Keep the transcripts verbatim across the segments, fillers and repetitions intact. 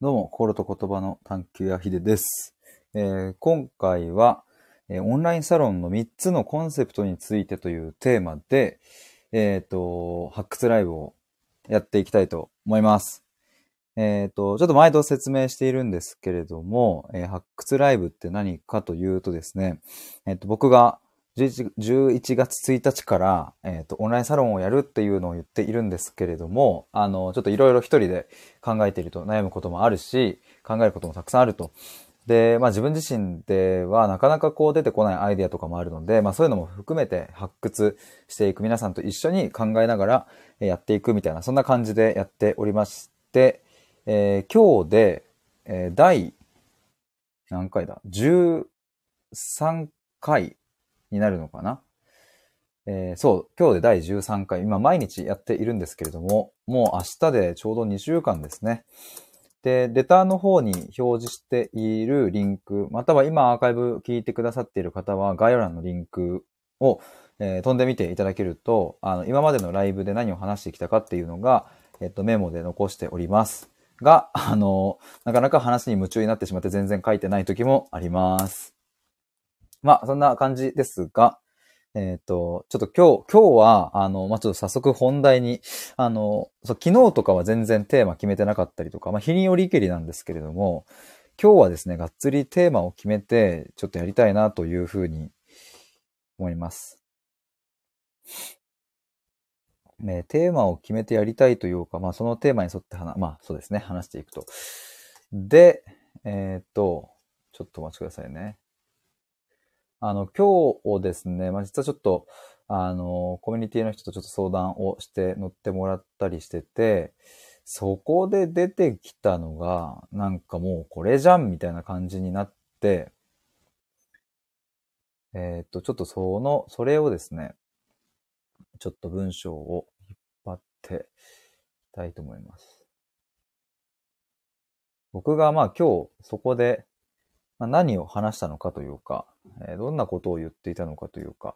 どうも、心と言葉の探求やひでです。えー今回は、えーオンラインサロンのみっつのコンセプトについてというテーマで、えっと、発掘ライブをやっていきたいと思います。えっと、ちょっと毎度説明しているんですけれども、えー発掘ライブって何かというとですね、えっと、僕がじゅういち、じゅういちがつついたちから、えっと、オンラインサロンをやるっていうのを言っているんですけれども、あの、ちょっといろいろ一人で考えていると悩むこともあるし、考えることもたくさんあると。で、まあ自分自身ではなかなかこう出てこないアイデアとかもあるので、まあそういうのも含めて発掘していく皆さんと一緒に考えながらえーやっていくみたいな、そんな感じでやっておりまして、えー今日で、えー第何回だ ?じゅうさんかいになるのかな。えーそう、今日でだいじゅうさんかい、今毎日やっているんですけれども、もう明日でちょうどにしゅうかんですね。で、レターの方に表示しているリンク、または今アーカイブ聞いてくださっている方は概要欄のリンクを、えー飛んでみていただけると、あの、今までのライブで何を話してきたかっていうのが、えっと、メモで残しております。が、あの、なかなか話に夢中になってしまって全然書いてない時もあります。まあ、そんな感じですが、えっと、ちょっと今日、今日は、あの、まあ、ちょっと早速本題に、あの、そう、昨日とかは全然テーマ決めてなかったりとか、まあ、日によりけりなんですけれども、今日はですね、がっつりテーマを決めて、ちょっとやりたいなというふうに思います。ね、テーマを決めてやりたいというか、まあ、そのテーマに沿って話、まあ、そうですね、話していくと。で、えっと、ちょっとお待ちくださいね。あの、今日ですね、まあ、実はちょっと、あの、コミュニティの人とちょっと相談をして乗ってもらったりしてて、そこで出てきたのが、なんかもうこれじゃんみたいな感じになって、えっと、ちょっとその、それをですね、ちょっと文章を引っ張っていきたいと思います。僕がまあ今日そこでまあ何を話したのかというか、えーどんなことを言っていたのかというか、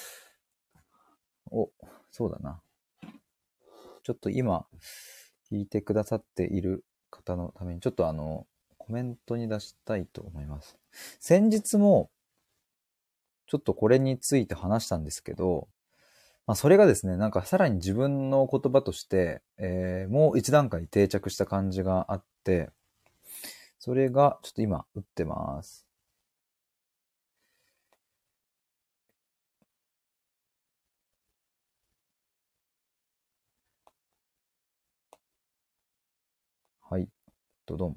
お、そうだな。ちょっと今、聞いてくださっている方のために、ちょっとあの、コメントに出したいと思います。先日も、ちょっとこれについて話したんですけど、まあ、それがですね、なんかさらに自分の言葉として、えーもう一段階定着した感じがあって、それが、ちょっと今、打ってます。はい、どどん。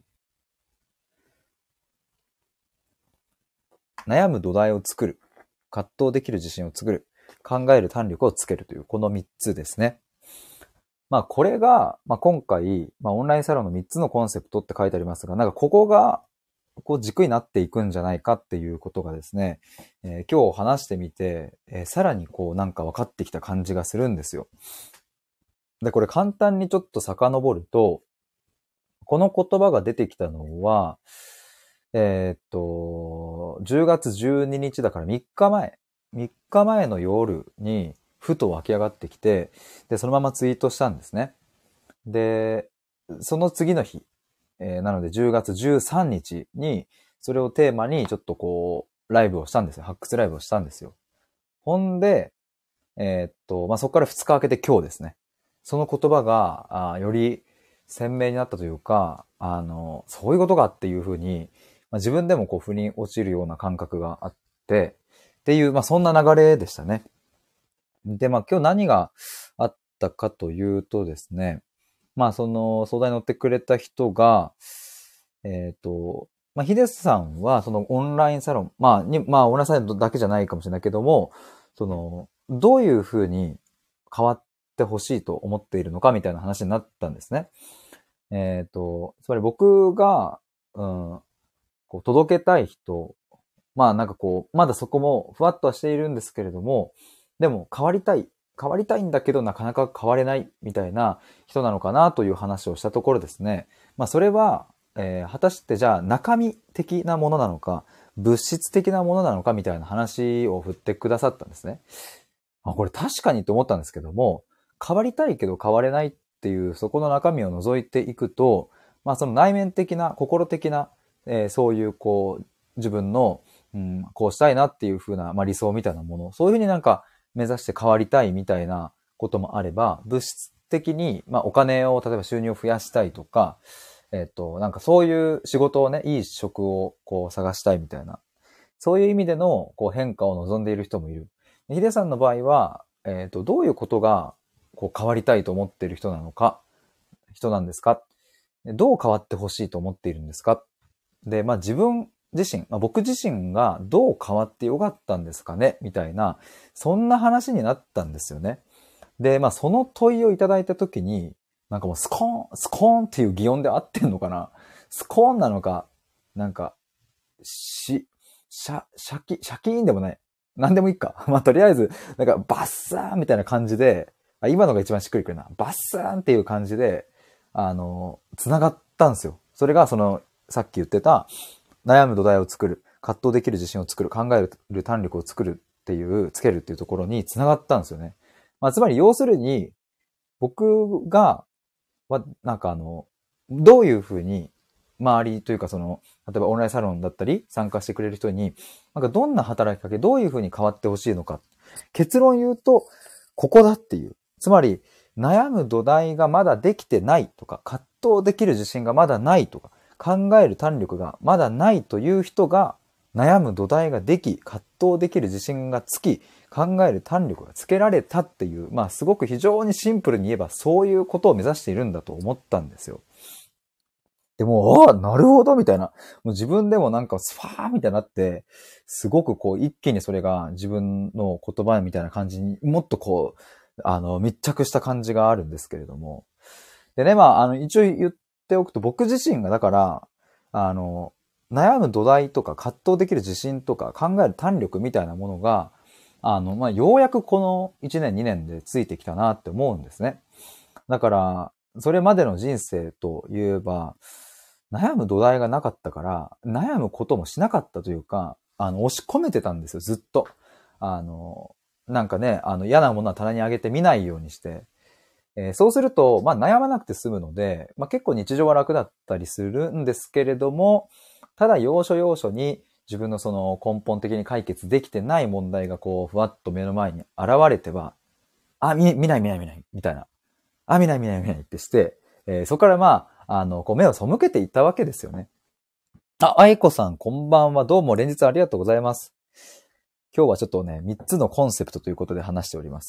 悩む土台を作る。葛藤できる自信を作る。考える胆力をつけるという、このみっつですね。まあこれが、まあ今回、まあオンラインサロンのみっつのコンセプトって書いてありますが、なんかここが、こう軸になっていくんじゃないかっていうことがですね、えー今日話してみて、えーさらにこうなんか分かってきた感じがするんですよ。で、これ簡単にちょっと遡ると、この言葉が出てきたのは、えーっと、じゅうがつじゅうににちだからみっかまえ、みっかまえの夜にふと湧き上がってきて、で、そのままツイートしたんですね。で、その次の日、えーなのでじゅうがつじゅうさんにちに、それをテーマにちょっとこう、ライブをしたんですよ。発掘ライブをしたんですよ。ほんで、えーっと、まあ、そこからふつか空けて今日ですね。その言葉が、あより鮮明になったというか、あの、そういうことかっていうふうに、まあ、自分でもこう、腑に落ちるような感覚があって、っていう、まあ、そんな流れでしたね。で、まあ、今日何があったかというとですね、まあ、その、相談に乗ってくれた人が、えっと、まあ、ヒデさんは、そのオンラインサロン、まあ、に、まあ、オンラインサロンだけじゃないかもしれないけども、その、どういうふうに変わってほしいと思っているのかみたいな話になったんですね。えっと、つまり僕が、うん、こう届けたい人、まあなんかこう、まだそこもふわっとはしているんですけれども、でも変わりたい、変わりたいんだけどなかなか変われないみたいな人なのかなという話をしたところですね。まあそれは、えー果たしてじゃあ中身的なものなのか、物質的なものなのかみたいな話を振ってくださったんですね。あ、これ確かにと思ったんですけども、変わりたいけど変われないっていうそこの中身を覗いていくと、 まあその内面的な、心的な、えーそういうこう、自分の、うん、こうしたいなっていう風な、まあ理想みたいなもの、そういうふうになんか目指して変わりたいみたいなこともあれば、物質的に、まあお金を、例えば収入を増やしたいとか、えっと、なんかそういう仕事をね、いい職をこう探したいみたいな、そういう意味でのこう変化を望んでいる人もいる。ヒデさんの場合は、えっと、どういうことがこう変わりたいと思っている人なのか、人なんですか？どう変わってほしいと思っているんですか？で、まあ自分自身、まあ、僕自身がどう変わってよかったんですかねみたいな、そんな話になったんですよね。で、まあその問いをいただいたときに、なんかもうスコーン、スコーンっていう擬音で合ってんのかな？スコーンなのか、なんか、し、シャ、シャキ、シャキーンでもない。なんでもいいか。まあとりあえず、なんかバッサーンみたいな感じで、あ、今のが一番しっくりくるな。バッサーンっていう感じで、あの、繋がったんですよ。それがその、さっき言ってた、悩む土台を作る、葛藤できる自信を作る、考える胆力を作るっていう、つけるっていうところに繋がったんですよね。まあ、つまり要するに、僕が、は、なんかあの、どういうふうに、周りというかその、例えばオンラインサロンだったり、参加してくれる人に、なんかどんな働きかけ、どういうふうに変わってほしいのか。結論言うと、ここだっていう。つまり、悩む土台がまだできてないとか、葛藤できる自信がまだないとか、考える胆力がまだないという人が、悩む土台ができ、葛藤できる自信がつき、考える胆力がつけられたっていう、まあすごく非常にシンプルに言えばそういうことを目指しているんだと思ったんですよ。でも、ああ、なるほど、みたいな。もう自分でもなんかスファーみたいになって、すごくこう一気にそれが自分の言葉みたいな感じにもっとこう、あの、密着した感じがあるんですけれども。でね、まあ、あの、一応言っておくと僕自身がだから、あの、悩む土台とか葛藤できる自信とか考える胆力みたいなものが、あの、まあ、ようやくこのいちねんにねんでついてきたなって思うんですね。だから、それまでの人生といえば、悩む土台がなかったから、悩むこともしなかったというか、あの、押し込めてたんですよ、ずっと。あの、なんかね、あの、嫌なものは棚にあげて見ないようにして、えーそうすると、まあ悩まなくて済むので、まあ結構日常は楽だったりするんですけれども、ただ要所要所に自分のその根本的に解決できてない問題がこう、ふわっと目の前に現れては、あ、見、見ない見ない見ない、みたいな。あ、見ない見ない見ないってして、えーそこからまあ、あの、こう目を背けていったわけですよね。あ、愛子さん、こんばんは。どうも連日ありがとうございます。今日はちょっとね、みっつのコンセプトということで話しております。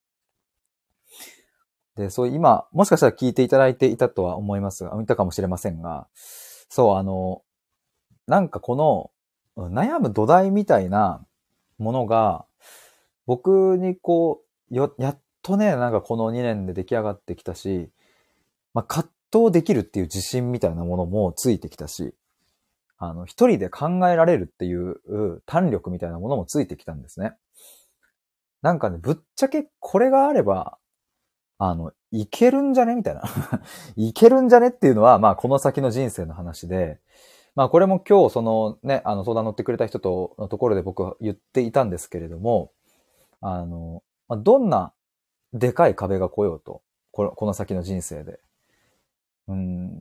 で、そう今、もしかしたら聞いていただいていたとは思いますが、いたかもしれませんが、そう、あの、なんかこの、悩む土台みたいなものが、僕にこう、よ、やっとね、なんかこのにねんで出来上がってきたし、まあ、葛藤できるっていう自信みたいなものもついてきたし、あの、一人で考えられるっていう胆力みたいなものもついてきたんですね。なんかね、ぶっちゃけこれがあれば、あの、いけるんじゃねみたいな。いけるんじゃねっていうのは、まあ、この先の人生の話で、まあ、これも今日、そのね、あの、相談乗ってくれた人とのところで僕は言っていたんですけれども、あの、まあ、どんなでかい壁が来ようと、この、この先の人生で、うん、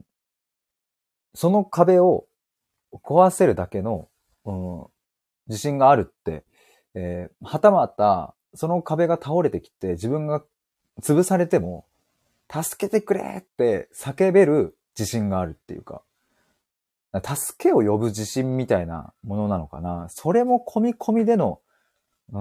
その壁を壊せるだけの、うん、自信があるって、えー、はたまた、その壁が倒れてきて、自分が潰されても、助けてくれって叫べる自信があるっていうか、助けを呼ぶ自信みたいなものなのかな。それも込み込みでの、うん、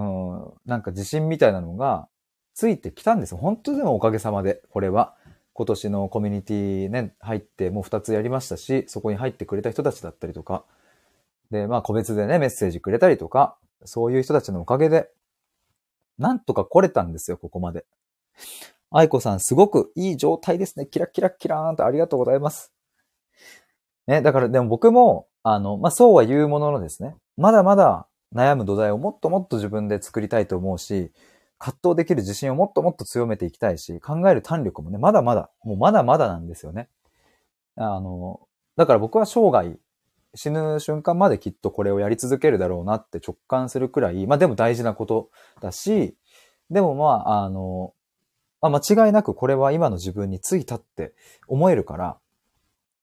なんか自信みたいなのがついてきたんですよ。本当でもおかげさまで、これは。今年のコミュニティね、入ってもう二つやりましたし、そこに入ってくれた人たちだったりとか、で、まあ個別でね、メッセージくれたりとか、そういう人たちのおかげで、なんとか来れたんですよ、ここまで。愛子さん、すごくいい状態ですね。キラキラキラーンとありがとうございます。ね、だからでも僕も、あの、まあ、そうは言うもののですね、まだまだ悩む土台をもっともっと自分で作りたいと思うし、葛藤できる自信をもっともっと強めていきたいし、考える胆力もね、まだまだ、もうまだまだなんですよね。あの、だから僕は生涯、死ぬ瞬間まできっとこれをやり続けるだろうなって直感するくらい、まあでも大事なことだし、でもまあ、あの、まあ、間違いなくこれは今の自分についたって思えるから、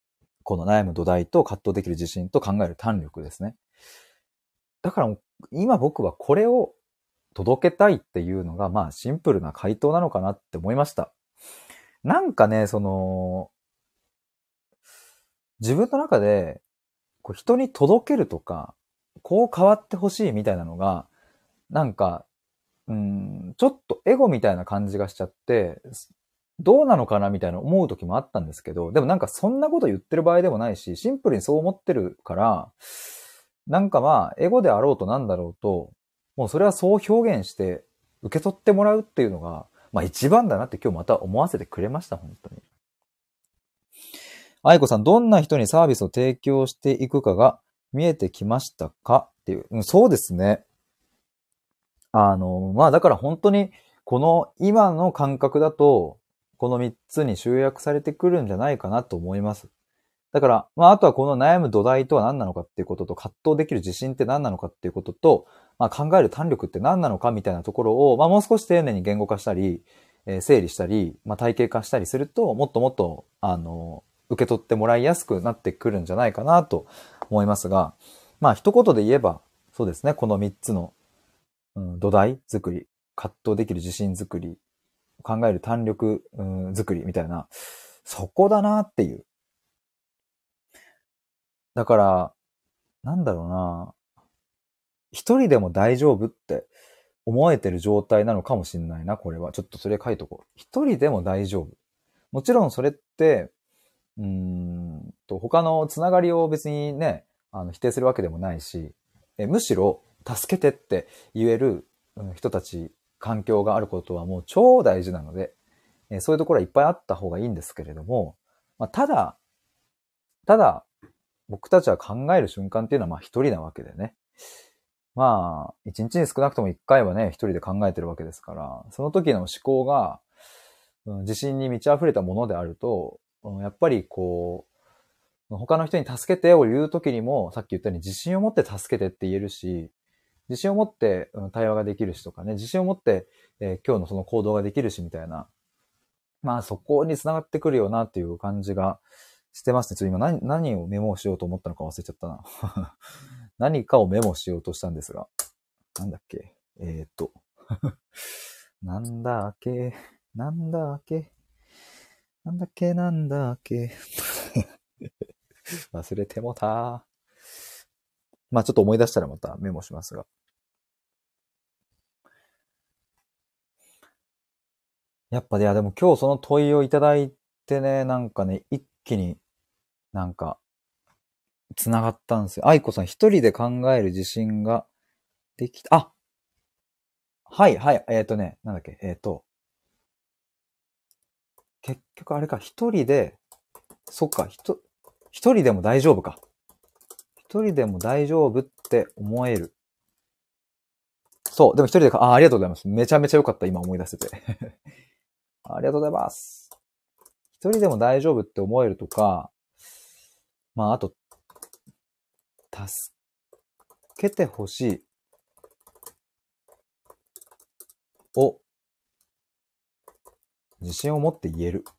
この悩む土台と葛藤できる自信と考える胆力ですね。だから今僕はこれを届けたいっていうのが、まあシンプルな回答なのかなって思いました。なんかね、その、自分の中で、こう人に届けるとか、こう変わってほしいみたいなのが、なんか、うーん、ちょっとエゴみたいな感じがしちゃって、どうなのかなみたいな思う時もあったんですけど、でもなんかそんなこと言ってる場合でもないし、シンプルにそう思ってるから、なんかまあ、エゴであろうとなんだろうと、もうそれはそう表現して受け取ってもらうっていうのが、まあ一番だなって今日また思わせてくれました、本当に。愛子さん、どんな人にサービスを提供していくかが見えてきましたかっていう、うん。そうですね。あの、まあだから本当に、この今の感覚だと、このみっつに集約されてくるんじゃないかなと思います。だから、まああとはこの悩む土台とは何なのかっていうことと、葛藤できる自信って何なのかっていうことと、まあ考える胆力って何なのかみたいなところを、まあもう少し丁寧に言語化したり、えー整理したり、まあ体系化したりすると、もっともっと、あの、受け取ってもらいやすくなってくるんじゃないかなと思いますが、まあ一言で言えば、そうですね、このみっつの、うん、土台作り、葛藤できる自信作り、考える胆力、うん、作りみたいな、そこだなっていう。だから、なんだろうな、一人でも大丈夫って思えてる状態なのかもしれないな、これは。ちょっとそれ書いとこう。一人でも大丈夫。もちろんそれって、うーんと、他のつながりを別にね、あの否定するわけでもないし、えむしろ助けてって言えるうん人たち、環境があることはもう超大事なので、えそういうところはいっぱいあった方がいいんですけれども、まあ、ただ、ただ、僕たちは考える瞬間っていうのはまあ一人なわけでね。まあ、一日に少なくとも一回はね、一人で考えてるわけですから、その時の思考が、うん、自信に満ち溢れたものであると、うん、やっぱりこう、他の人に助けてを言う時にも、さっき言ったように自信を持って助けてって言えるし、自信を持って、うん、対話ができるしとかね、自信を持って、えー今日のその行動ができるしみたいな、まあそこに繋がってくるよなっていう感じがしてますね。ちょっと今何、何をメモしようと思ったのか忘れちゃったな。何かをメモしようとしたんですが、なんだっけえーっと、なんだっけなんだっけなんだっけなんだっけ忘れてもた。まあちょっと思い出したらまたメモしますが。やっぱいやでも今日その問いをいただいてね、なんかね、一気になんか繋がったんですよ。愛子さん一人で考える自信ができた。あ、はいはい、えっ、ー、とね、なんだっけ、えっ、ー、と、結局あれか、一人で、そっか、ひと一人でも大丈夫か。一人でも大丈夫って思える。そう、でも一人でか、あ、ありがとうございます。めちゃめちゃ良かった、今思い出せて。ありがとうございます。一人でも大丈夫って思えるとか、まあ、あと、助けてほしいを自信を持って言える。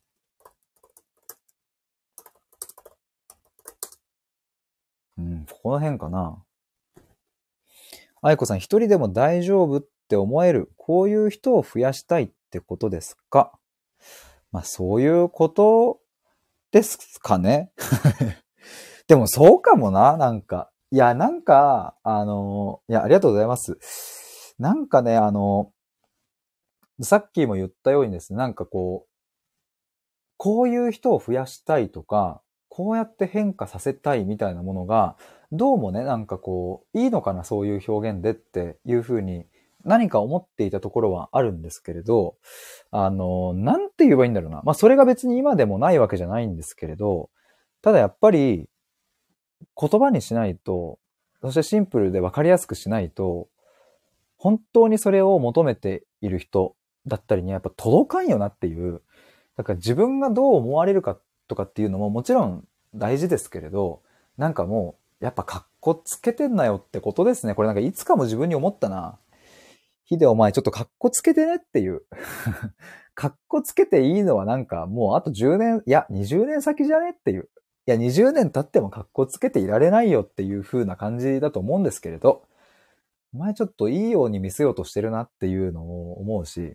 うん、この辺かな。愛子さん、一人でも大丈夫って思える。こういう人を増やしたいってことですか？まあ、そういうことですかね。でもそうかもな、なんか。いや、なんか、あの、いや、ありがとうございます。なんかね、あの、さっきも言ったようにですね、なんかこう、こういう人を増やしたいとか、こうやって変化させたいみたいなものが、どうもね、なんかこう、いいのかな、そういう表現でっていうふうに、何か思っていたところはあるんですけれど、あの、なんて言えばいいんだろうな。まあ、それが別に今でもないわけじゃないんですけれど、ただやっぱり、言葉にしないと、そしてシンプルで分かりやすくしないと、本当にそれを求めている人だったりにはやっぱ届かんよなっていう、だから自分がどう思われるかとかっていうのももちろん大事ですけれど、なんかもう、やっぱ格好つけてんなよってことですね。これなんかいつかも自分に思ったな。ヒデお前ちょっと格好つけてねっていう。格好つけていいのはなんかもうあとじゅうねん、いやにじゅうねん先じゃねっていう。 や、にじゅうねん経っても格好つけていられないよっていう風な感じだと思うんですけれど、お前ちょっといいように見せようとしてるなっていうのを思うし、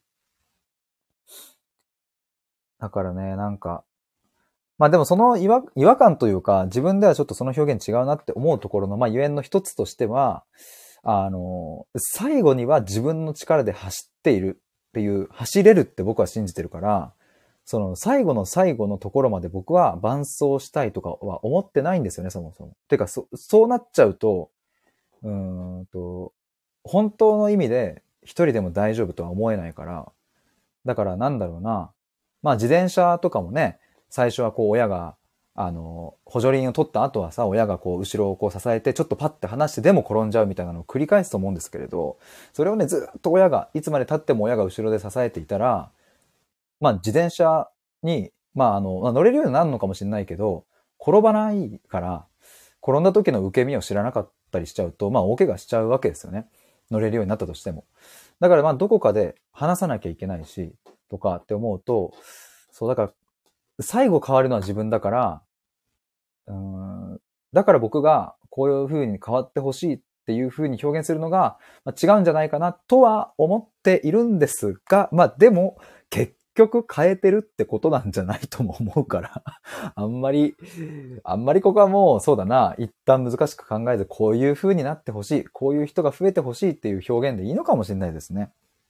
だからね、なんか、まあでもその違和、違和感というか、自分ではちょっとその表現違うなって思うところの、まあゆえんの一つとしては、あの、最後には自分の力で走っているっていう、走れるって僕は信じてるから、その最後の最後のところまで僕は伴走したいとかは思ってないんですよね、そもそも。てか、そ、そうなっちゃうと、うーんと、本当の意味で一人でも大丈夫とは思えないから、だからなんだろうな。まあ自転車とかもね、最初はこう親が、あの、補助輪を取った後はさ、親がこう後ろをこう支えて、ちょっとパッて離してでも転んじゃうみたいなのを繰り返すと思うんですけれど、それをね、ずっと親が、いつまで経っても親が後ろで支えていたら、まあ自転車に、まああの、まあ、乗れるようになるのかもしれないけど、転ばないから、転んだ時の受け身を知らなかったりしちゃうと、まあ大怪我しちゃうわけですよね。乗れるようになったとしても。だからまあどこかで話さなきゃいけないし、とかって思うと、そうだから、最後変わるのは自分だから、うーん、だから僕がこういう風に変わってほしいっていう風に表現するのが、まあ、違うんじゃないかなとは思っているんですが、まあでも結局変えてるってことなんじゃないとも思うからあんまり、あんまりここはもうそうだな、一旦難しく考えずこういう風になってほしい、こういう人が増えてほしいっていう表現でいいのかもしれないですね。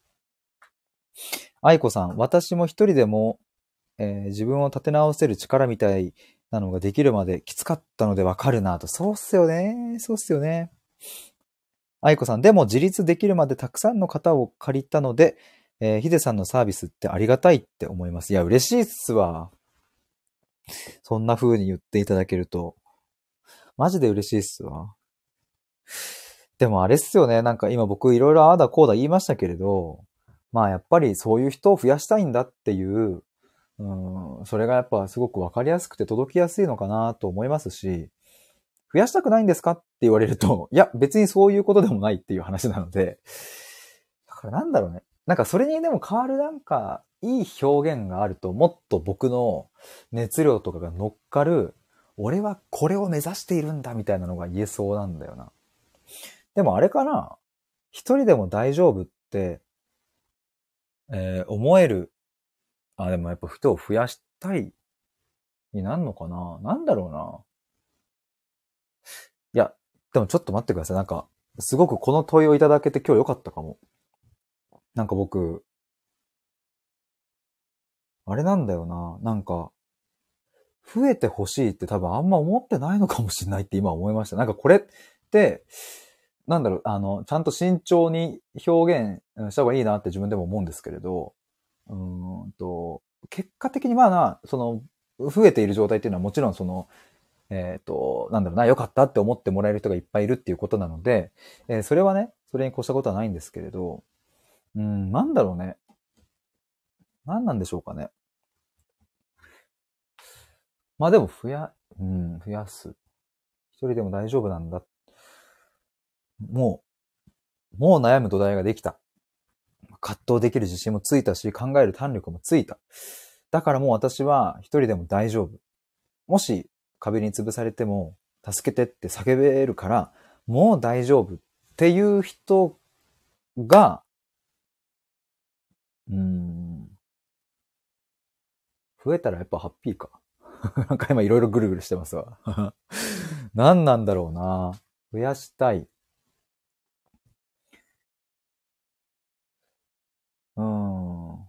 愛子さん、私も一人でもえー自分を立て直せる力みたいなのができるまできつかったのでわかるなと。そうっすよね。そうっすよね。愛子さん、でも自立できるまでたくさんの方を借りたので、えーヒデさんのサービスってありがたいって思います。いや、嬉しいっすわ。そんな風に言っていただけると。マジで嬉しいっすわ。でもあれっすよね。なんか今僕いろいろああだこうだ言いましたけれど、まあやっぱりそういう人を増やしたいんだっていう、うん、それがやっぱすごくわかりやすくて届きやすいのかなと思いますし、増やしたくないんですかって言われると、いや、別にそういうことでもないっていう話なので、だからなんだろうね。なんかそれにでも変わるなんか、いい表現があると、もっと僕の熱量とかが乗っかる、俺はこれを目指しているんだみたいなのが言えそうなんだよな。でもあれかな、一人でも大丈夫って、えー思える。あ、でもやっぱ人を増やしたいになんのかな、なんだろうな。いや、でもちょっと待ってください。なんか、すごくこの問いをいただけて今日良かったかも。なんか僕、あれなんだよな。なんか、増えてほしいって多分あんま思ってないのかもしれないって今思いました。なんかこれって、なんだろう、あの、ちゃんと慎重に表現した方がいいなって自分でも思うんですけれど、うーんと、結果的にまあな、その、増えている状態っていうのはもちろんその、えっと、なんだろうな、良かったって思ってもらえる人がいっぱいいるっていうことなので、えーそれはね、それに越したことはないんですけれど、うん、なんだろうね。何なんでしょうかね。まあでも増や、うん、増やす。一人でも大丈夫なんだ。もう、もう悩む土台ができた。葛藤できる自信もついたし、考える胆力もついた。だからもう私は一人でも大丈夫。もし壁に潰されても、助けてって叫べるから、もう大丈夫っていう人が、うーん、増えたらやっぱハッピーか。なんか今いろいろぐるぐるしてますわ。何なんだろうな。増やしたい。うーん。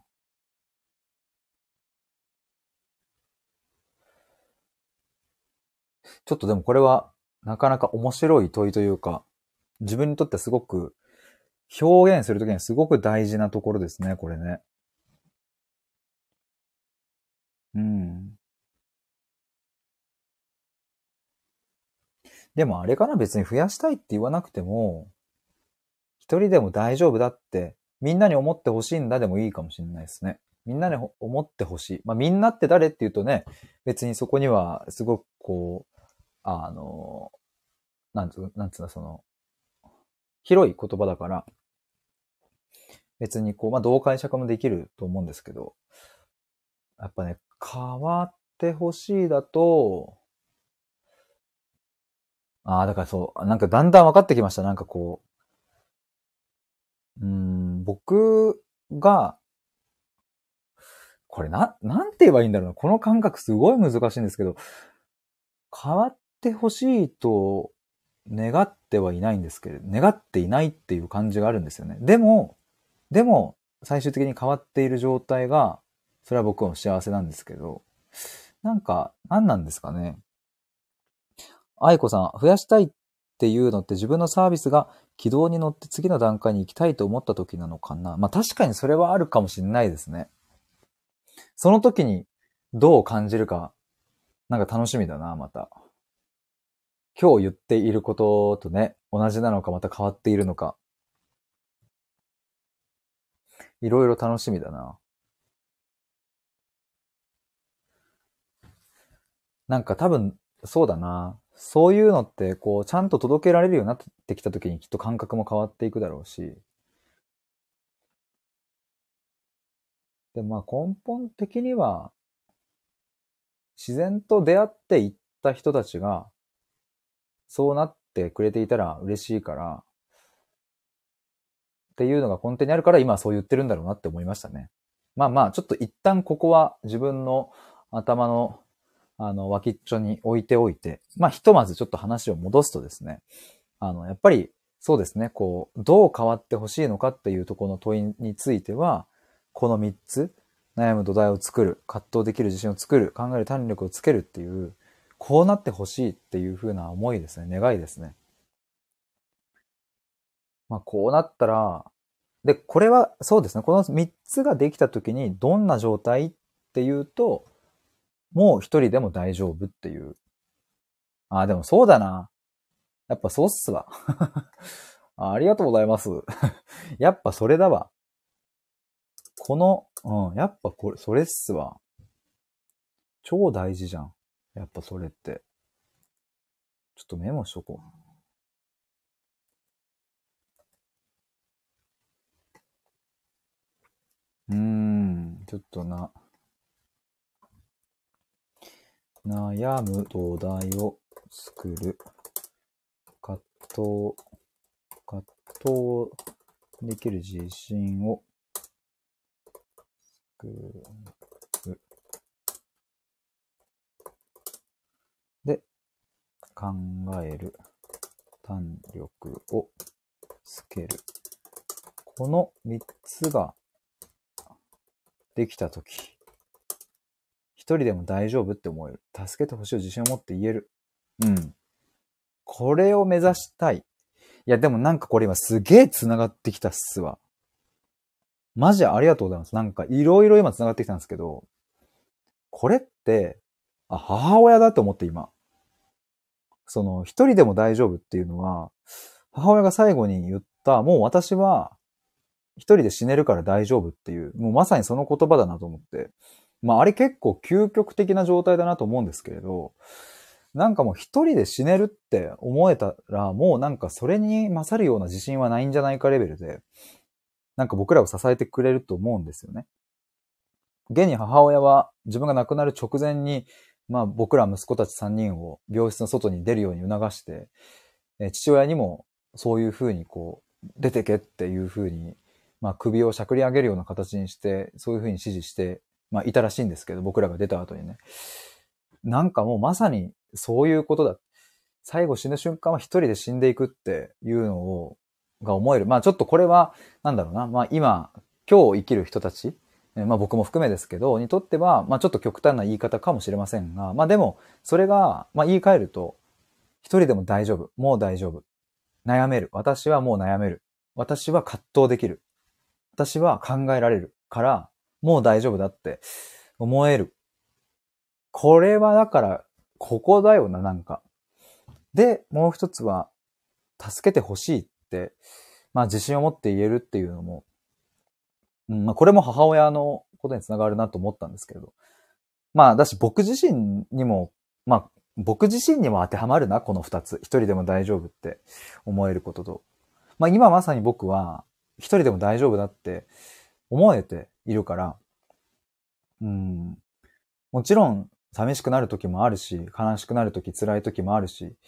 ちょっとでもこれはなかなか面白い問いというか、自分にとってはすごく表現するときにはすごく大事なところですね、これね。うん。でもあれかな、別に増やしたいって言わなくても、一人でも大丈夫だって、みんなに思ってほしいんだでもいいかもしれないですね。みんなに思ってほしい。まあみんなって誰って言うとね、別にそこにはすごくこう、あの、なんつう、なんつうの、その、広い言葉だから、別にこう、まあどう解釈もできると思うんですけど、やっぱね、変わってほしいだと、 ああ、だからそう、なんかだんだん分かってきました。なんかこう、うーん、僕が、これな、なんて言えばいいんだろうな。この感覚すごい難しいんですけど、変わってほしいと願ってはいないんですけれど、願っていないっていう感じがあるんですよね。でも、でも、最終的に変わっている状態が、それは僕も幸せなんですけど、なんか、何なんですかね。愛子さん、増やしたいっていうのって自分のサービスが軌道に乗って次の段階に行きたいと思った時なのかな。まあ確かにそれはあるかもしれないですね。その時にどう感じるか、なんか楽しみだな、また。今日言っていることとね、同じなのかまた変わっているのか、いろいろ楽しみだな。なんか多分、そうだな。そういうのって、こう、ちゃんと届けられるようになってきた時にきっと感覚も変わっていくだろうし。で、まあ根本的には、自然と出会っていった人たちが、そうなってくれていたら嬉しいから、っていうのが根底にあるから今はそう言ってるんだろうなって思いましたね。まあまあ、ちょっと一旦ここは自分の頭のあの脇っちょに置いておいて、まあひとまずちょっと話を戻すとですね、あの、やっぱりそうですね、こう、どう変わってほしいのかっていうところの問いについては、このみっつ、悩む土台を作る、葛藤できる自信を作る、考える胆力をつけるっていう、こうなってほしいっていう風な思いですね、願いですね。まあこうなったら、で、これはそうですね、このみっつができた時にどんな状態っていうと、もう一人でも大丈夫っていう。ああ、でもそうだな。やっぱそうっすわ。あありがとうございます。やっぱそれだわ。この、うん、やっぱこれ、それっすわ。超大事じゃん。やっぱそれって。ちょっとメモしとこう。うーん、ちょっとな、悩む土台を作る。葛藤、葛藤できる自信を作る。で、考える胆力をつける。このみっつができたとき、一人でも大丈夫って思える。助けてほしい自信を持って言える。うん。これを目指したい。いや、でもなんかこれ今すげえ繋がってきたっすわ。マジありがとうございます。なんかいろいろ今繋がってきたんですけど、これって、あ、母親だと思って今。その、一人でも大丈夫っていうのは、母親が最後に言った、もう私は一人で死ねるから大丈夫っていう、もうまさにその言葉だなと思って。まああれ結構究極的な状態だなと思うんですけれど、なんかもう一人で死ねるって思えたら、もうなんかそれに勝るような自信はないんじゃないかレベルで、なんか僕らを支えてくれると思うんですよね。現に母親は自分が亡くなる直前に、まあ僕ら息子たちさんにんを病室の外に出るように促して、父親にもそういうふうにこう、出てけっていうふうに、まあ首をしゃくり上げるような形にして、そういうふうに指示して、まあいたらしいんですけど、僕らが出た後にね。なんかもうまさにそういうことだ。最後死ぬ瞬間は一人で死んでいくっていうのを、が思える。まあちょっとこれは、なんだろうな。まあ今、今日生きる人たち、まあ僕も含めですけど、にとっては、まあちょっと極端な言い方かもしれませんが、まあでも、それが、まあ言い換えると、一人でも大丈夫。もう大丈夫。悩める。私はもう悩める。私は葛藤できる。私は考えられる。から、もう大丈夫だって思える。これはだから、ここだよな、なんか。で、もう一つは、助けてほしいって、まあ自信を持って言えるっていうのも、うん、まあこれも母親のことにつながるなと思ったんですけれど。まあだし僕自身にも、まあ僕自身にも当てはまるな、この二つ。一人でも大丈夫って思えることと。まあ今まさに僕は一人でも大丈夫だって思えているから、うん、もちろん寂しくなる時もあるし、悲しくなる時、辛い時もあるし、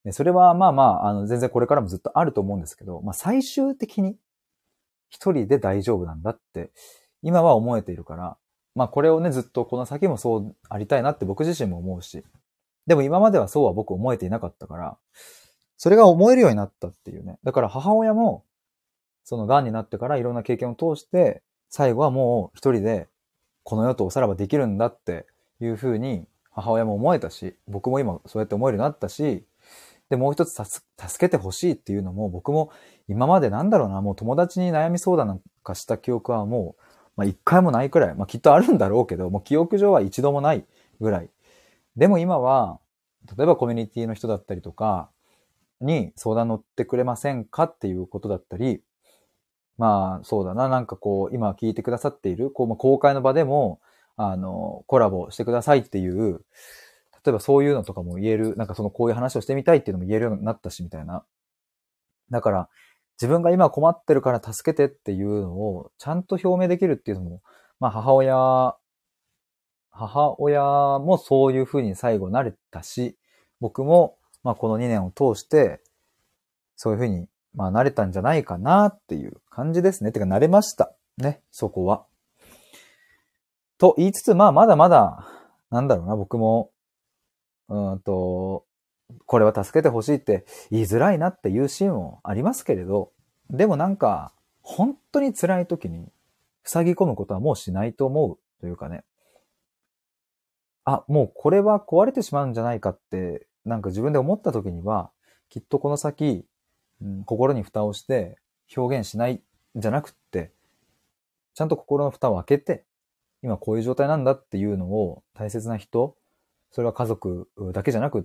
でそれはまあまあ、あの、全然これからもずっとあると思うんですけど、まあ最終的に一人で大丈夫なんだって、今は思えているから、まあこれをね、ずっとこの先もそうありたいなって僕自身も思うし、でも今まではそうは僕思えていなかったから、それが思えるようになったっていうね。だから母親も、その癌になってからいろんな経験を通して、最後はもう一人でこの世とおさらばできるんだっていうふうに母親も思えたし、僕も今そうやって思えるようになったし、で、もう一つ助けてほしいっていうのも僕も今までなんだろうな、もう友達に悩み相談なんかした記憶はもう、まあ一回もないくらい、まあきっとあるんだろうけど、もう記憶上は一度もないぐらい。でも今は、例えばコミュニティの人だったりとかに相談乗ってくれませんかっていうことだったり、まあ、そうだな。なんかこう、今聞いてくださっている、こう、まあ、公開の場でも、あの、コラボしてくださいっていう、例えばそういうのとかも言える、なんかそのこういう話をしてみたいっていうのも言えるようになったし、みたいな。だから、自分が今困ってるから助けてっていうのを、ちゃんと表明できるっていうのも、まあ、母親、母親もそういうふうに最後なれたし、僕も、まあ、このにねんを通して、そういうふうに、まあ、慣れたんじゃないかなっていう感じですね。てか、慣れました。ね、そこは。と言いつつ、まあ、まだまだ、なんだろうな、僕も、うーんと、これは助けてほしいって言いづらいなっていうシーンもありますけれど、でもなんか、本当に辛い時に、塞ぎ込むことはもうしないと思うというかね。あ、もうこれは壊れてしまうんじゃないかって、なんか自分で思った時には、きっとこの先、うん、心に蓋をして表現しないんじゃなくって、ちゃんと心の蓋を開けて、今こういう状態なんだっていうのを大切な人、それは家族だけじゃなくって、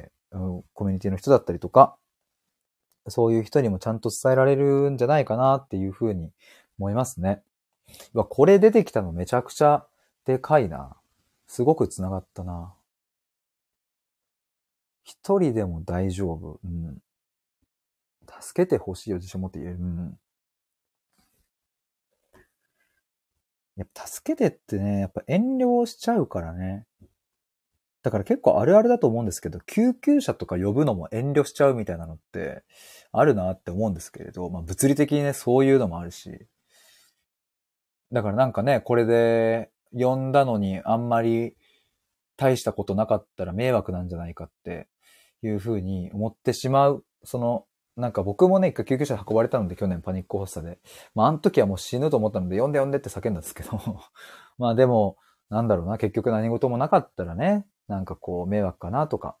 コミュニティの人だったりとか、そういう人にもちゃんと伝えられるんじゃないかなっていうふうに思いますね。うわ、これ出てきたのめちゃくちゃでかいな。すごく繋がったな。一人でも大丈夫。うん。助けてほしいよ、自信を持って言える。うん。やっぱ助けてってね、やっぱ遠慮しちゃうからね。だから結構あるあるだと思うんですけど、救急車とか呼ぶのも遠慮しちゃうみたいなのってあるなって思うんですけれど、まあ物理的にね、そういうのもあるし。だからなんかね、これで呼んだのにあんまり大したことなかったら迷惑なんじゃないかっていうふうに思ってしまう。その、なんか僕もね、一回救急車で運ばれたので、去年パニック発作で。まあ、あの時はもう死ぬと思ったので、呼んで呼んでって叫んだんですけど。まあでも、なんだろうな、結局何事もなかったらね、なんかこう、迷惑かなとか。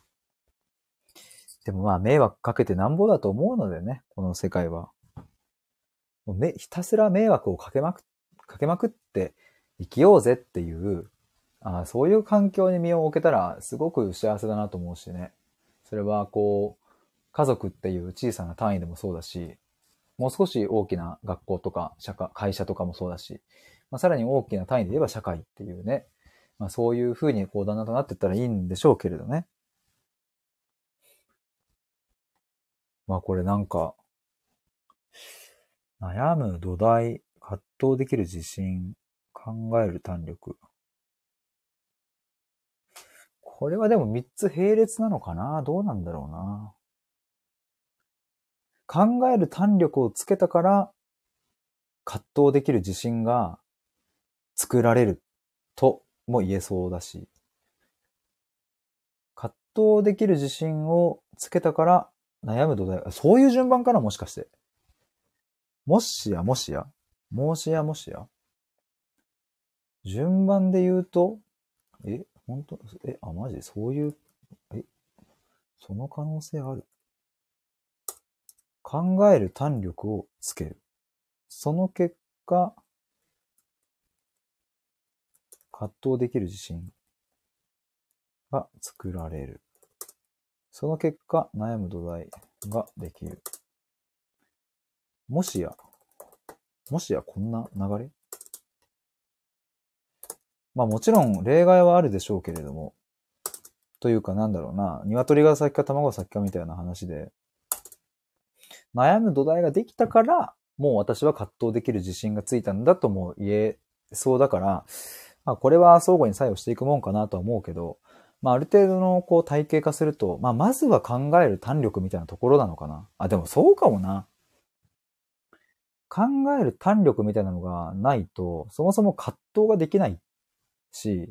でもまあ、迷惑かけてなんぼだと思うのでね、この世界は。もうめひたすら迷惑をかけまく、かけまくって生きようぜっていう、ああ、そういう環境に身を置けたらすごく幸せだなと思うしね。それはこう、家族っていう小さな単位でもそうだし、もう少し大きな学校とか社会、会社とかもそうだし、まあ、さらに大きな単位で言えば社会っていうね、まあ、そういうふうにこうだんだんとなっていったらいいんでしょうけれどね。まあこれなんか、悩む土台、葛藤できる自信、考える胆力。これはでもみっつ並列なのかな？どうなんだろうな。考える胆力をつけたから葛藤できる自信が作られるとも言えそうだし、葛藤できる自信をつけたから悩む土台、そういう順番かな、もしかして。もしやもしやもしやもしや順番で言うと、え、本当え、あ、マジそういう、え、その可能性ある。考える胆力をつける。その結果、葛藤できる自信が作られる。その結果、悩む土台ができる。もしや、もしやこんな流れ？まあもちろん例外はあるでしょうけれども、というかなんだろうな、鶏が先か卵が先かみたいな話で、悩む土台ができたから、もう私は葛藤できる自信がついたんだとも言えそうだから、まあこれは相互に作用していくもんかなとは思うけど、 まあある程度のこう体系化すると、まあまずは考える胆力みたいなところなのかな。あ、でもそうかもな。考える胆力みたいなのがないと、そもそも葛藤ができないし、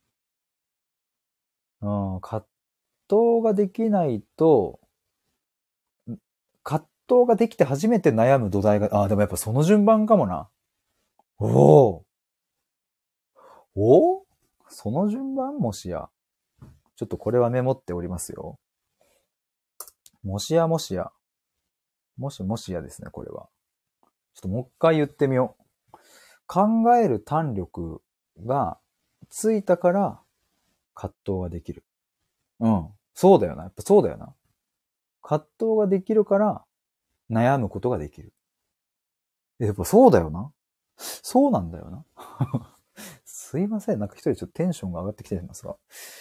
うん、葛藤ができないと、葛藤ができて初めて悩む土台が、あ、でもやっぱその順番かもな。おお。おその順番もしや。ちょっとこれはメモっておりますよ。もしやもしや。もしもしやですね、これは。ちょっともう一回言ってみよう。考える胆力がついたから葛藤ができる。うん。そうだよな。やっぱそうだよな。葛藤ができるから悩むことができる。やっぱそうだよな。そうなんだよな。すいません。なんか一人ちょっとテンションが上がってきてますが。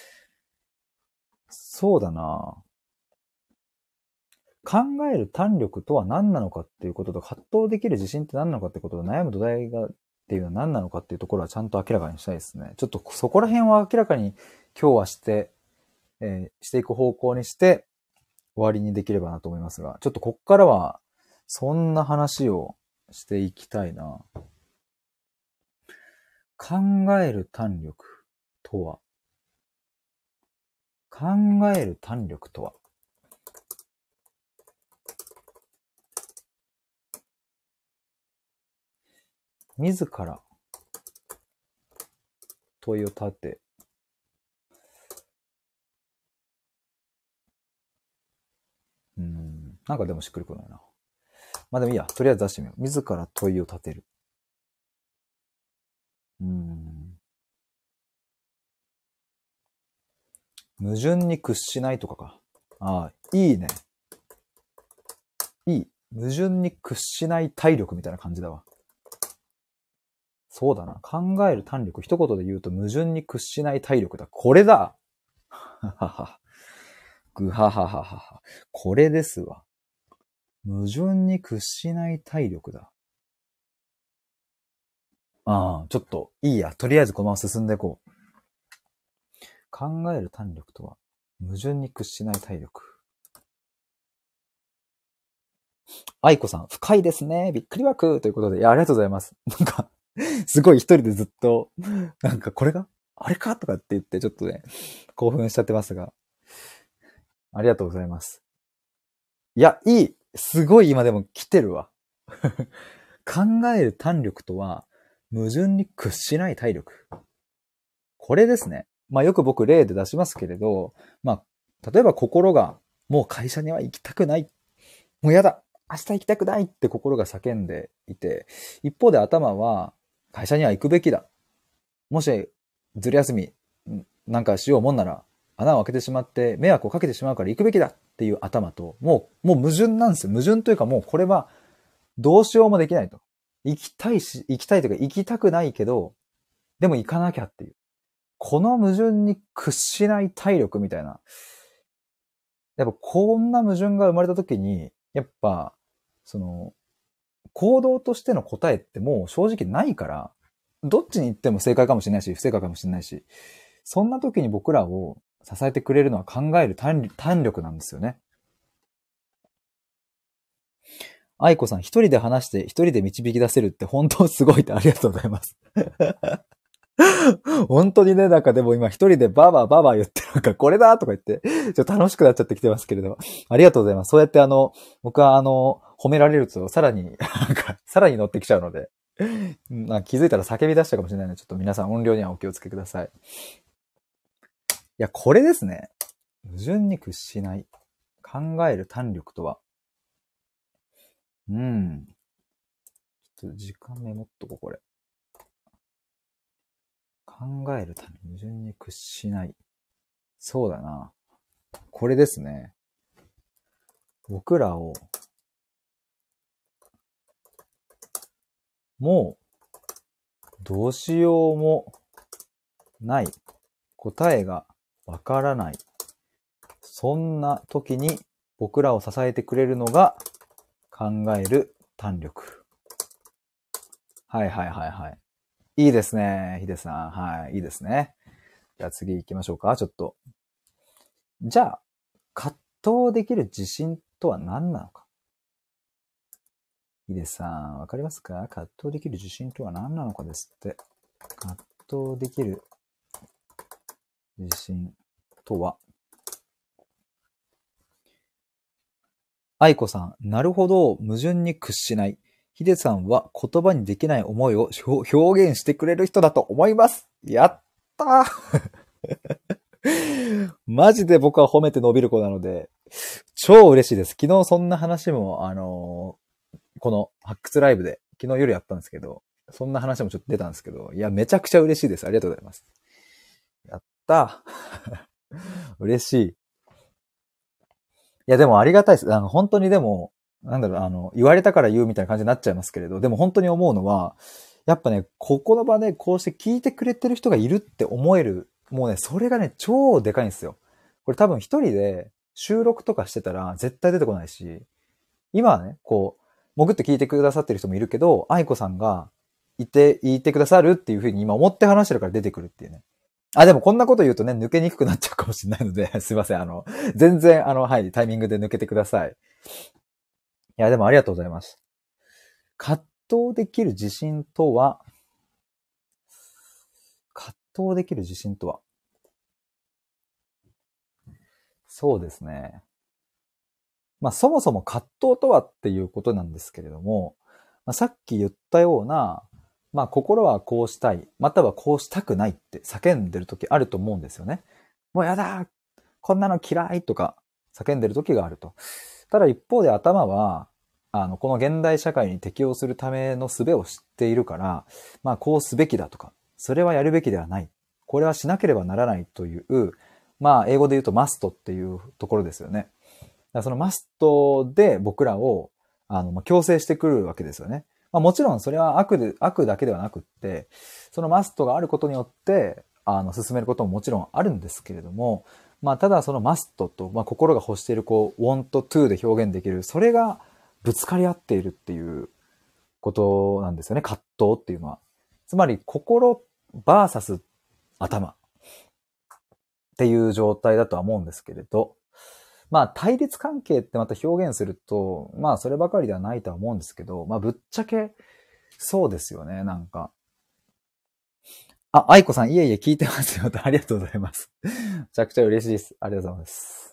そうだな。考える胆力とは何なのかっていうことと、葛藤できる自信って何なのかってことと、悩む土台がっていうのは何なのかっていうところはちゃんと明らかにしたいですね。ちょっとそこら辺は明らかに今日はして、えー、していく方向にして終わりにできればなと思いますが、ちょっとこっからはそんな話をしていきたいな。考える胆力とは考える胆力とは自ら問いを立て、うーん、なんかでもしっくりこないな。まあでもいいや、とりあえず出してみよう。自ら問いを立てる。うーん。矛盾に屈しないとかか。ああ、いいね。いい。矛盾に屈しない体力みたいな感じだわ。そうだな。考える胆力。一言で言うと矛盾に屈しない体力だ。これだははは。ぐはははは。これですわ。矛盾に屈しない体力だ。ああ、ちょっと、いいや。とりあえずこのまま進んでいこう。考える胆力とは、矛盾に屈しない体力。愛子さん、深いですね。びっくり枠ということで、いや、ありがとうございます。なんか、すごい一人でずっと、なんかこれがあれかとかって言って、ちょっとね、興奮しちゃってますが。ありがとうございます。いや、いい。すごい今でも来てるわ。考える胆力とは、矛盾に屈しない体力。これですね。まあよく僕例で出しますけれど、まあ、例えば心が、もう会社には行きたくない。もうやだ。明日行きたくないって心が叫んでいて、一方で頭は、会社には行くべきだ。もし、ずる休みなんかしようもんなら、穴を開けてしまって迷惑をかけてしまうから行くべきだっていう頭と、もう、もう矛盾なんですよ。矛盾というかもうこれはどうしようもできないと。行きたいし、行きたいというか行きたくないけど、でも行かなきゃっていう。この矛盾に屈しない体力みたいな。やっぱこんな矛盾が生まれた時に、やっぱ、その、行動としての答えってもう正直ないから、どっちに行っても正解かもしれないし、不正解かもしれないし、そんな時に僕らを支えてくれるのは考える胆力なんですよね。愛子さん、一人で話して一人で導き出せるって本当すごいってありがとうございます。本当にね、なんかでも今一人でバーバーバーバー言ってなんかこれだとか言って、ちょっと楽しくなっちゃってきてますけれど。ありがとうございます。そうやってあの、僕はあの、褒められるとさらに、なんか、さらに乗ってきちゃうので、なんか気づいたら叫び出したかもしれないので、ちょっと皆さん音量にはお気をつけください。いや、これですね。矛盾に屈しない。考える胆力とは。うん。ちょっと時間メモっとこう、これ。考える胆力。矛盾に屈しない。そうだな。これですね。僕らを、もう、どうしようもない。答えがわからない。そんな時に僕らを支えてくれるのが考える胆力。はいはいはいはい。いいですね。ヒデさん。はい。いいですね。じゃあ次行きましょうか。ちょっとじゃあ、葛藤できる自信とは何なのか。ヒデさん、わかりますか？葛藤できる自信とは何なのかですって。葛藤できる自信とは。愛子さん、なるほど、矛盾に屈しない。ヒデさんは言葉にできない思いを表現してくれる人だと思います。やったーマジで僕は褒めて伸びる子なので、超嬉しいです。昨日そんな話も、あのーこの発掘ライブで、昨日夜やったんですけど、そんな話もちょっと出たんですけど、いや、めちゃくちゃ嬉しいです。ありがとうございます。やったー嬉しい。いや、でもありがたいです。あの、本当にでも、なんだろう、あの、言われたから言うみたいな感じになっちゃいますけれど、でも本当に思うのは、やっぱね、ここの場でこうして聞いてくれてる人がいるって思える、もうね、それがね、超でかいんですよ。これ多分一人で収録とかしてたら絶対出てこないし、今はね、こう、潜って聞いてくださってる人もいるけど、愛子さんがいて、言ってくださるっていう風に今思って話してるから出てくるっていうね。あ、でもこんなこと言うとね、抜けにくくなっちゃうかもしれないので、すいません。あの、全然、あの、はい、タイミングで抜けてください。いや、でもありがとうございます。葛藤できる自信とは、葛藤できる自信とは、そうですね。まあ、そもそも葛藤とはっていうことなんですけれども、まあ、さっき言ったような、まあ、心はこうしたい、またはこうしたくないって叫んでる時あると思うんですよね。もうやだこんなの嫌いとか叫んでる時があると。ただ一方で頭は、あの、この現代社会に適応するための術を知っているから、まあ、こうすべきだとか、それはやるべきではない。これはしなければならないという、まあ、英語で言うとマストっていうところですよね。だからそのマストで僕らを、あの、まあ、強制してくるわけですよね。まあ、もちろんそれは悪で、悪だけではなくって、そのマストがあることによって、あの、進めることももちろんあるんですけれども、まあ、ただそのマストと、まあ、心が欲している、こう、want to で表現できる、それがぶつかり合っているっていうことなんですよね、葛藤っていうのは。つまり、心バーサス頭っていう状態だとは思うんですけれど、まあ対立関係ってまた表現すると、まあそればかりではないとは思うんですけど、まあぶっちゃけそうですよね、なんか。あ、愛子さん、いえいえ聞いてますよ。ありがとうございます。めちゃくちゃ嬉しいです。ありがとうございます。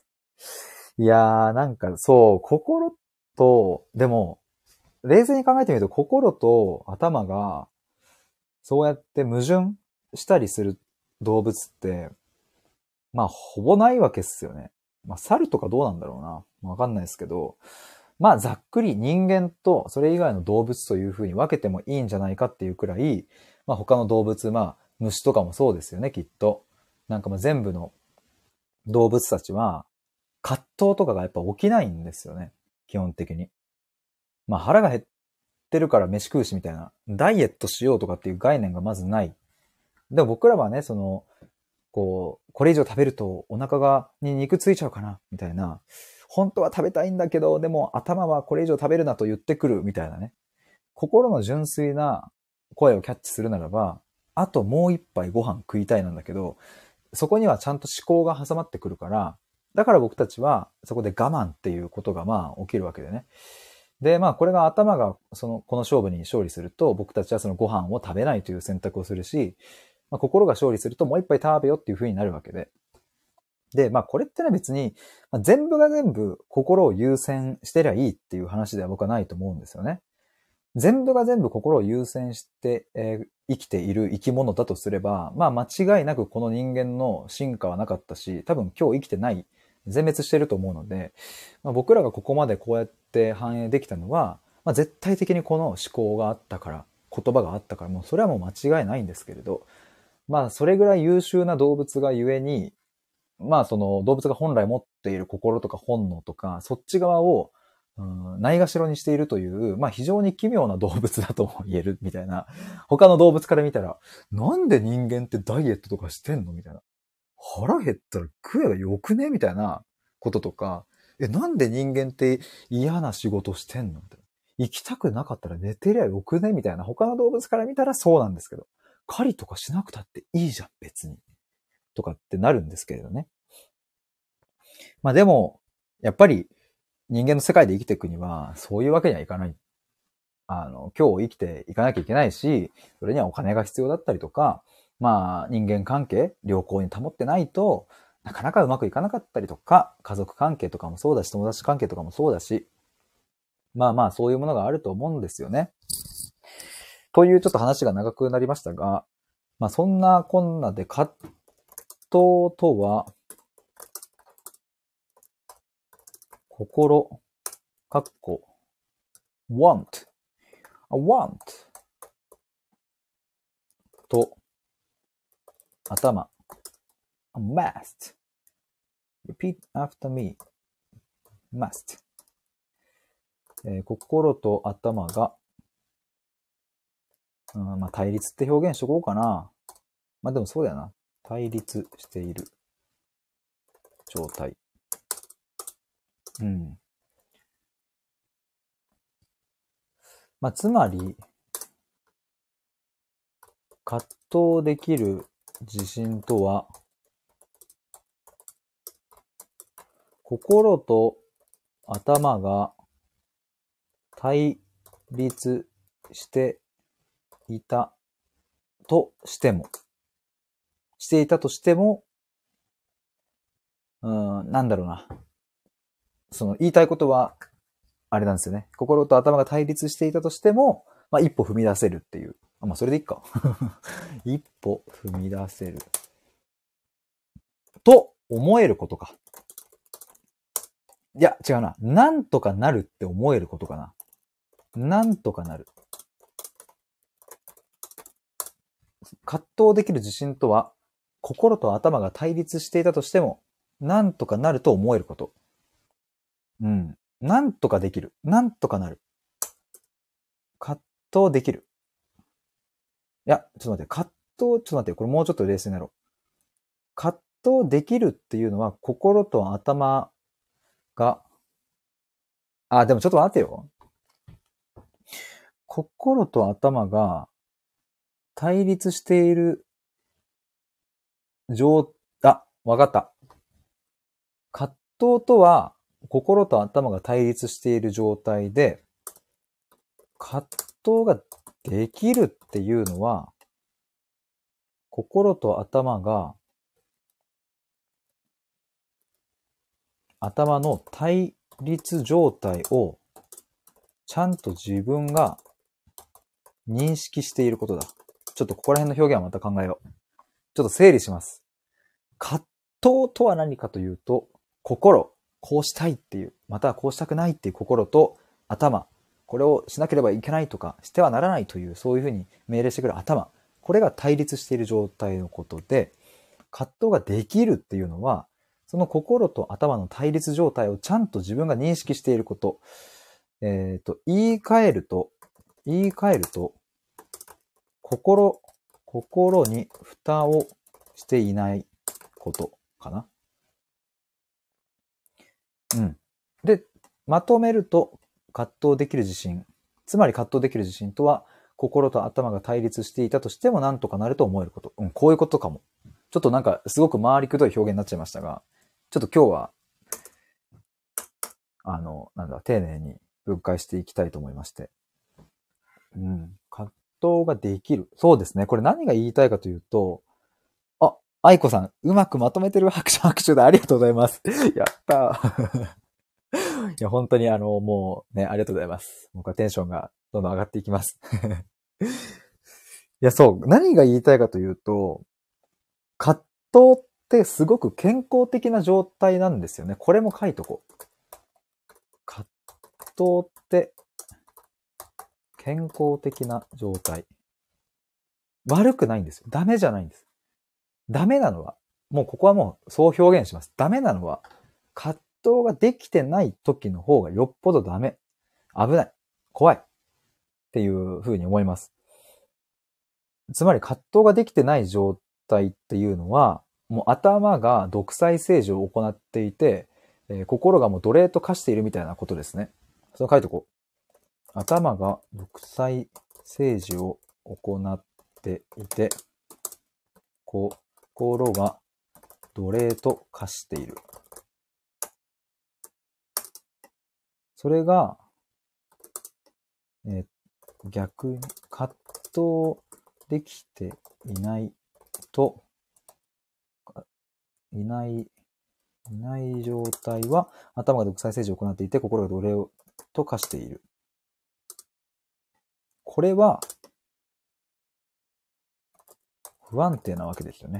いやー、なんかそう、心と、でも、冷静に考えてみると、心と頭が、そうやって矛盾したりする動物って、まあ、ほぼないわけっすよね。まあ、猿とかどうなんだろうな。わかんないですけど、まあ、ざっくり人間とそれ以外の動物というふうに分けてもいいんじゃないかっていうくらい、まあ、他の動物、まあ、虫とかもそうですよね、きっと。なんかまあ全部の動物たちは、葛藤とかがやっぱ起きないんですよね。基本的に。まあ、腹が減ってるから飯食うしみたいな。ダイエットしようとかっていう概念がまずない。でも僕らはね、その、こう、これ以上食べるとお腹が、に肉ついちゃうかなみたいな。本当は食べたいんだけど、でも頭はこれ以上食べるなと言ってくるみたいなね。心の純粋な声をキャッチするならば、あともう一杯ご飯食いたいなんだけど、そこにはちゃんと思考が挟まってくるから、だから僕たちはそこで我慢っていうことがまあ起きるわけでね。で、まあこれが頭がその、この勝負に勝利すると、僕たちはそのご飯を食べないという選択をするし、まあ、心が勝利するともう一杯食べよっていう風になるわけで。で、まあこれってのは別に、まあ、全部が全部心を優先してりゃいいっていう話では僕はないと思うんですよね。全部が全部心を優先して、えー生きている生き物だとすれば、まあ間違いなくこの人間の進化はなかったし、多分今日生きてない、全滅してると思うので、まあ、僕らがここまでこうやって反映できたのは、まあ、絶対的にこの思考があったから、言葉があったから、もうそれはもう間違いないんですけれど、まあそれぐらい優秀な動物がゆえに、まあその動物が本来持っている心とか本能とか、そっち側を、うん、ないがしろにしているという、まあ非常に奇妙な動物だとも言えるみたいな。他の動物から見たら、なんで人間ってダイエットとかしてんのみたいな。腹減ったら食えばよくねみたいなこととか、え、なんで人間って嫌な仕事してんのみたいな。行きたくなかったら寝てりゃよくねみたいな。他の動物から見たらそうなんですけど。狩りとかしなくたっていいじゃん、別に。とかってなるんですけれどね。 まあでも、やっぱり人間の世界で生きていくには、そういうわけにはいかない。あの、今日を生きていかなきゃいけないし、それにはお金が必要だったりとか、まあ人間関係、良好に保ってないとなかなかうまくいかなかったりとか、家族関係とかもそうだし、友達関係とかもそうだし、まあまあそういうものがあると思うんですよね。というちょっと話が長くなりましたが、まあそんなこんなで葛藤とは、心、かっこ、want, a want と、頭、a must, repeat after me, must、えー心と頭が、うん、まあ対立って表現しとこうかな。まあでもそうだよな。対立している状態。うん。まあつまり、葛藤できる自信とは、心と頭が対立していたとしても、していたとしても、うーん、なんだろうな。その言いたいことは、あれなんですよね。心と頭が対立していたとしても、まあ一歩踏み出せるっていう。あ、まあそれでいいか。一歩踏み出せる。と思えることか。いや、違うな。なんとかなるって思えることかな。なんとかなる。葛藤できる自信とは、心と頭が対立していたとしても、なんとかなると思えること。うん。なんとかできる。なんとかなる。葛藤できる。いや、ちょっと待って。葛藤、ちょっと待って。これもうちょっと冷静になろう。葛藤できるっていうのは、心と頭が、あ、でもちょっと待ってよ。心と頭が対立している状、あ、わかった。葛藤とは、心と頭が対立している状態で、葛藤ができるっていうのは、心と頭が、頭の対立状態を、ちゃんと自分が認識していることだ。ちょっとここら辺の表現はまた考えよう。ちょっと整理します。葛藤とは何かというと、心、こうしたいっていう、またはこうしたくないっていう心と頭、これをしなければいけないとか、してはならないという、そういうふうに命令してくる頭、これが対立している状態のことで、葛藤ができるっていうのは、その心と頭の対立状態をちゃんと自分が認識していること。えっと、言い換えると、言い換えると、心、心に蓋をしていないことかな。うん。で、まとめると、葛藤できる自信。つまり葛藤できる自信とは、心と頭が対立していたとしても何とかなると思えること。うん、こういうことかも。ちょっとなんか、すごく回りくどい表現になっちゃいましたが、ちょっと今日は、あの、なんだ、丁寧に分解していきたいと思いまして。うん。葛藤ができる。そうですね。これ何が言いたいかというと、あ、愛子さん、うまくまとめてる。拍手拍手でありがとうございます。やったー。いや、本当にあの、もうね、ありがとうございます。僕はテンションがどんどん上がっていきます。いや、そう。何が言いたいかというと、葛藤ってすごく健康的な状態なんですよね。これも書いとこう。葛藤って健康的な状態。悪くないんですよ。ダメじゃないんです。ダメなのは、もうここはもうそう表現します。ダメなのは、葛藤ができてない時の方がよっぽどダメ。危ない。怖い。っていうふうに思います。つまり葛藤ができてない状態っていうのは、もう頭が独裁政治を行っていて、えー心がもう奴隷と化しているみたいなことですね。それ書いとこう。頭が独裁政治を行っていて、心が奴隷と化している。 それが、えー、逆に葛藤できていないと、いない、いない状態は頭が独裁政治を行っていて心が奴隷をと化している。これは不安定なわけですよね。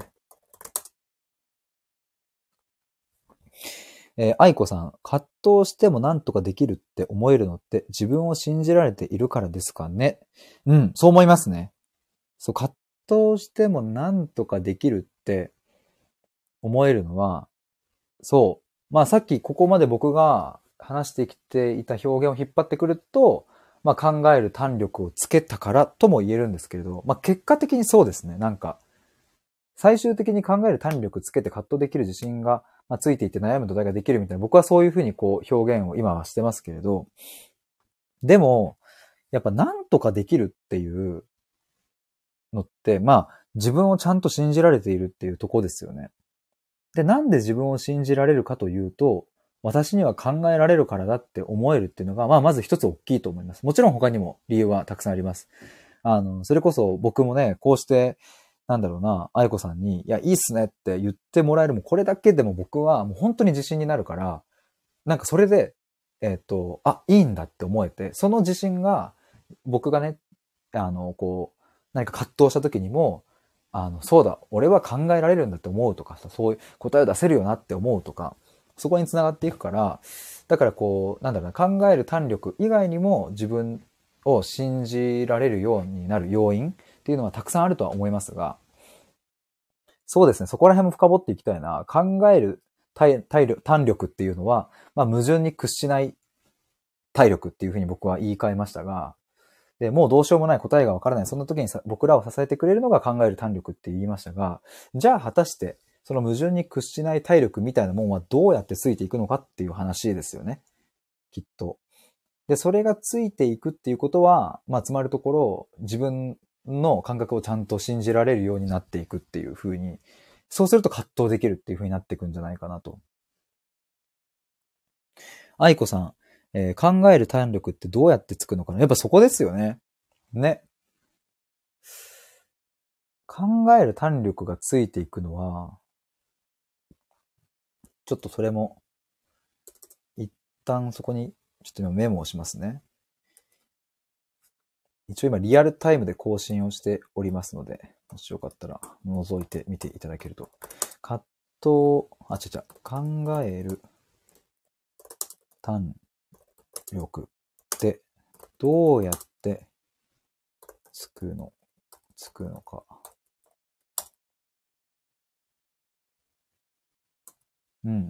えー、愛子さん、葛藤しても何とかできるって思えるのって自分を信じられているからですかね。うん、そう思いますね。そう、葛藤しても何とかできるって思えるのは、そう。まあさっきここまで僕が話してきていた表現を引っ張ってくると、まあ考える胆力をつけたからとも言えるんですけれど、まあ結果的にそうですね。なんか、最終的に考える胆力つけて葛藤できる自信が、まあ、ついていて悩む土台ができるみたいな、僕はそういうふうにこう表現を今はしてますけれど、でも、やっぱなんとかできるっていうのって、まあ自分をちゃんと信じられているっていうところですよね。で、なんで自分を信じられるかというと、私には考えられるからだって思えるっていうのが、まあまず一つ大きいと思います。もちろん他にも理由はたくさんあります。あの、それこそ僕もね、こうして、なんだろうな、愛子さんに、いや、いいっすねって言ってもらえるも、これだけでも僕はもう本当に自信になるから、なんかそれで、えっと、あ、いいんだって思えて、その自信が、僕がね、あの、こう、何か葛藤した時にも、あの、そうだ、俺は考えられるんだって思うとかさ、そういう答えを出せるよなって思うとか、そこにつながっていくから、だからこう、なんだろうな、考える胆力以外にも自分を信じられるようになる要因っていうのはたくさんあるとは思いますが、そうですね、そこら辺も深掘っていきたいな。考える体体力胆力っていうのは、まあ矛盾に屈しない体力っていうふうに僕は言い換えましたが、で、もうどうしようもない答えがわからない。そんな時にさ僕らを支えてくれるのが考える胆力って言いましたが、じゃあ果たして、その矛盾に屈しない体力みたいなもんはどうやってついていくのかっていう話ですよね。きっと。で、それがついていくっていうことは、まあ、つまるところ、自分の感覚をちゃんと信じられるようになっていくっていう風に、そうすると葛藤できるっていう風になっていくんじゃないかなと。愛子さん、えー考える胆力ってどうやってつくのかな。やっぱそこですよね。ね。考える胆力がついていくのは、ちょっとそれも、一旦そこに、ちょっと今メモをしますね。一応今リアルタイムで更新をしておりますので、もしよかったら覗いてみていただけると。葛藤、あ、違う違う、考える胆力ってどうやってつくの、つくのか。うんうん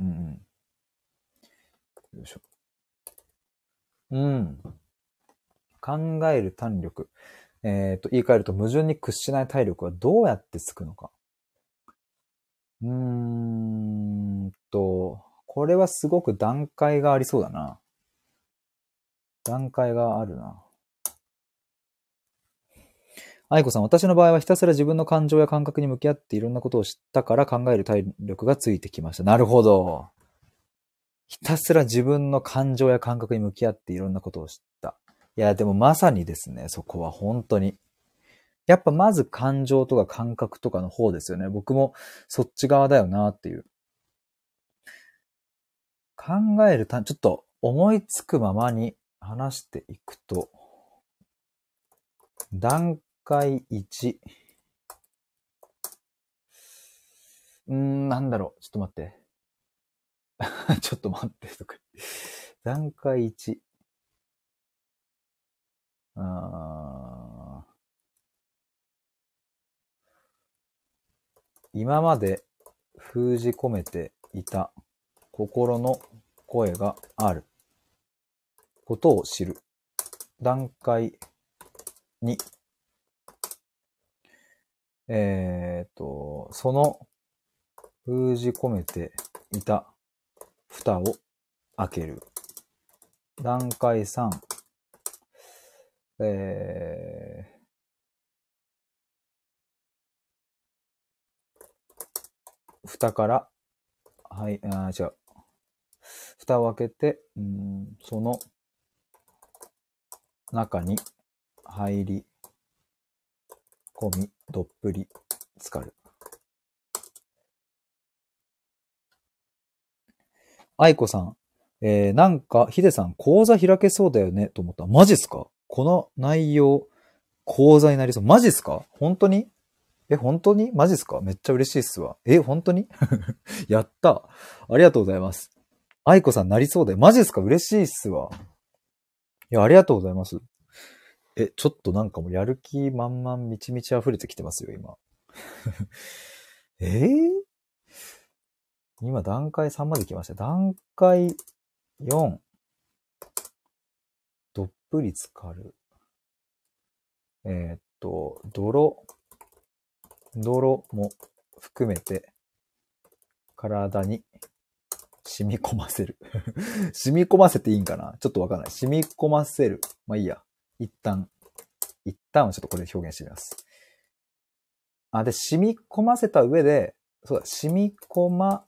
うん。よいしょ。うん。考える胆力。えっと、言い換えると矛盾に屈しない体力はどうやってつくのか。うーんと、これはすごく段階がありそうだな。段階があるな。愛子さん、私の場合はひたすら自分の感情や感覚に向き合っていろんなことを知ったから考える体力がついてきました。なるほど。ひたすら自分の感情や感覚に向き合っていろんなことを知った。いや、でもまさにですね、そこは本当に。やっぱまず感情とか感覚とかの方ですよね。僕もそっち側だよなっていう。考えるた、ちょっと思いつくままに話していくと、段階いち。うーん、なんだろう。ちょっと待って。ちょっと待って。段階いち。あー今まで封じ込めていた心の声があることを知る。段階に、えっと、その封じ込めていた蓋を開ける。段階さん、えー、蓋から、はい、あ違う。蓋を開けて、うん、その中に入り込み、どっぷり浸かる。愛子さん、えー、なんか、ヒデさん、講座開けそうだよね、と思った。マジっすか？この内容、講座になりそう。マジっすか？本当に？え、本当に？マジっすか？めっちゃ嬉しいっすわ。え、本当に？やった。ありがとうございます。愛子さんなりそうだよ。マジっすか？嬉しいっすわ。いや、ありがとうございます。え、ちょっとなんかもうやる気満々みちみち溢れてきてますよ、今。えー、今段階さんまで来ました。段階よん。どっぷり浸かる。えー、っと、泥、泥も含めて体に染み込ませる。染み込ませていいんかな？ちょっとわかんない。染み込ませる。まあいいや。一旦、一旦はちょっとこれで表現してみます。あ、で、染み込ませた上で、そうだ、染み込ま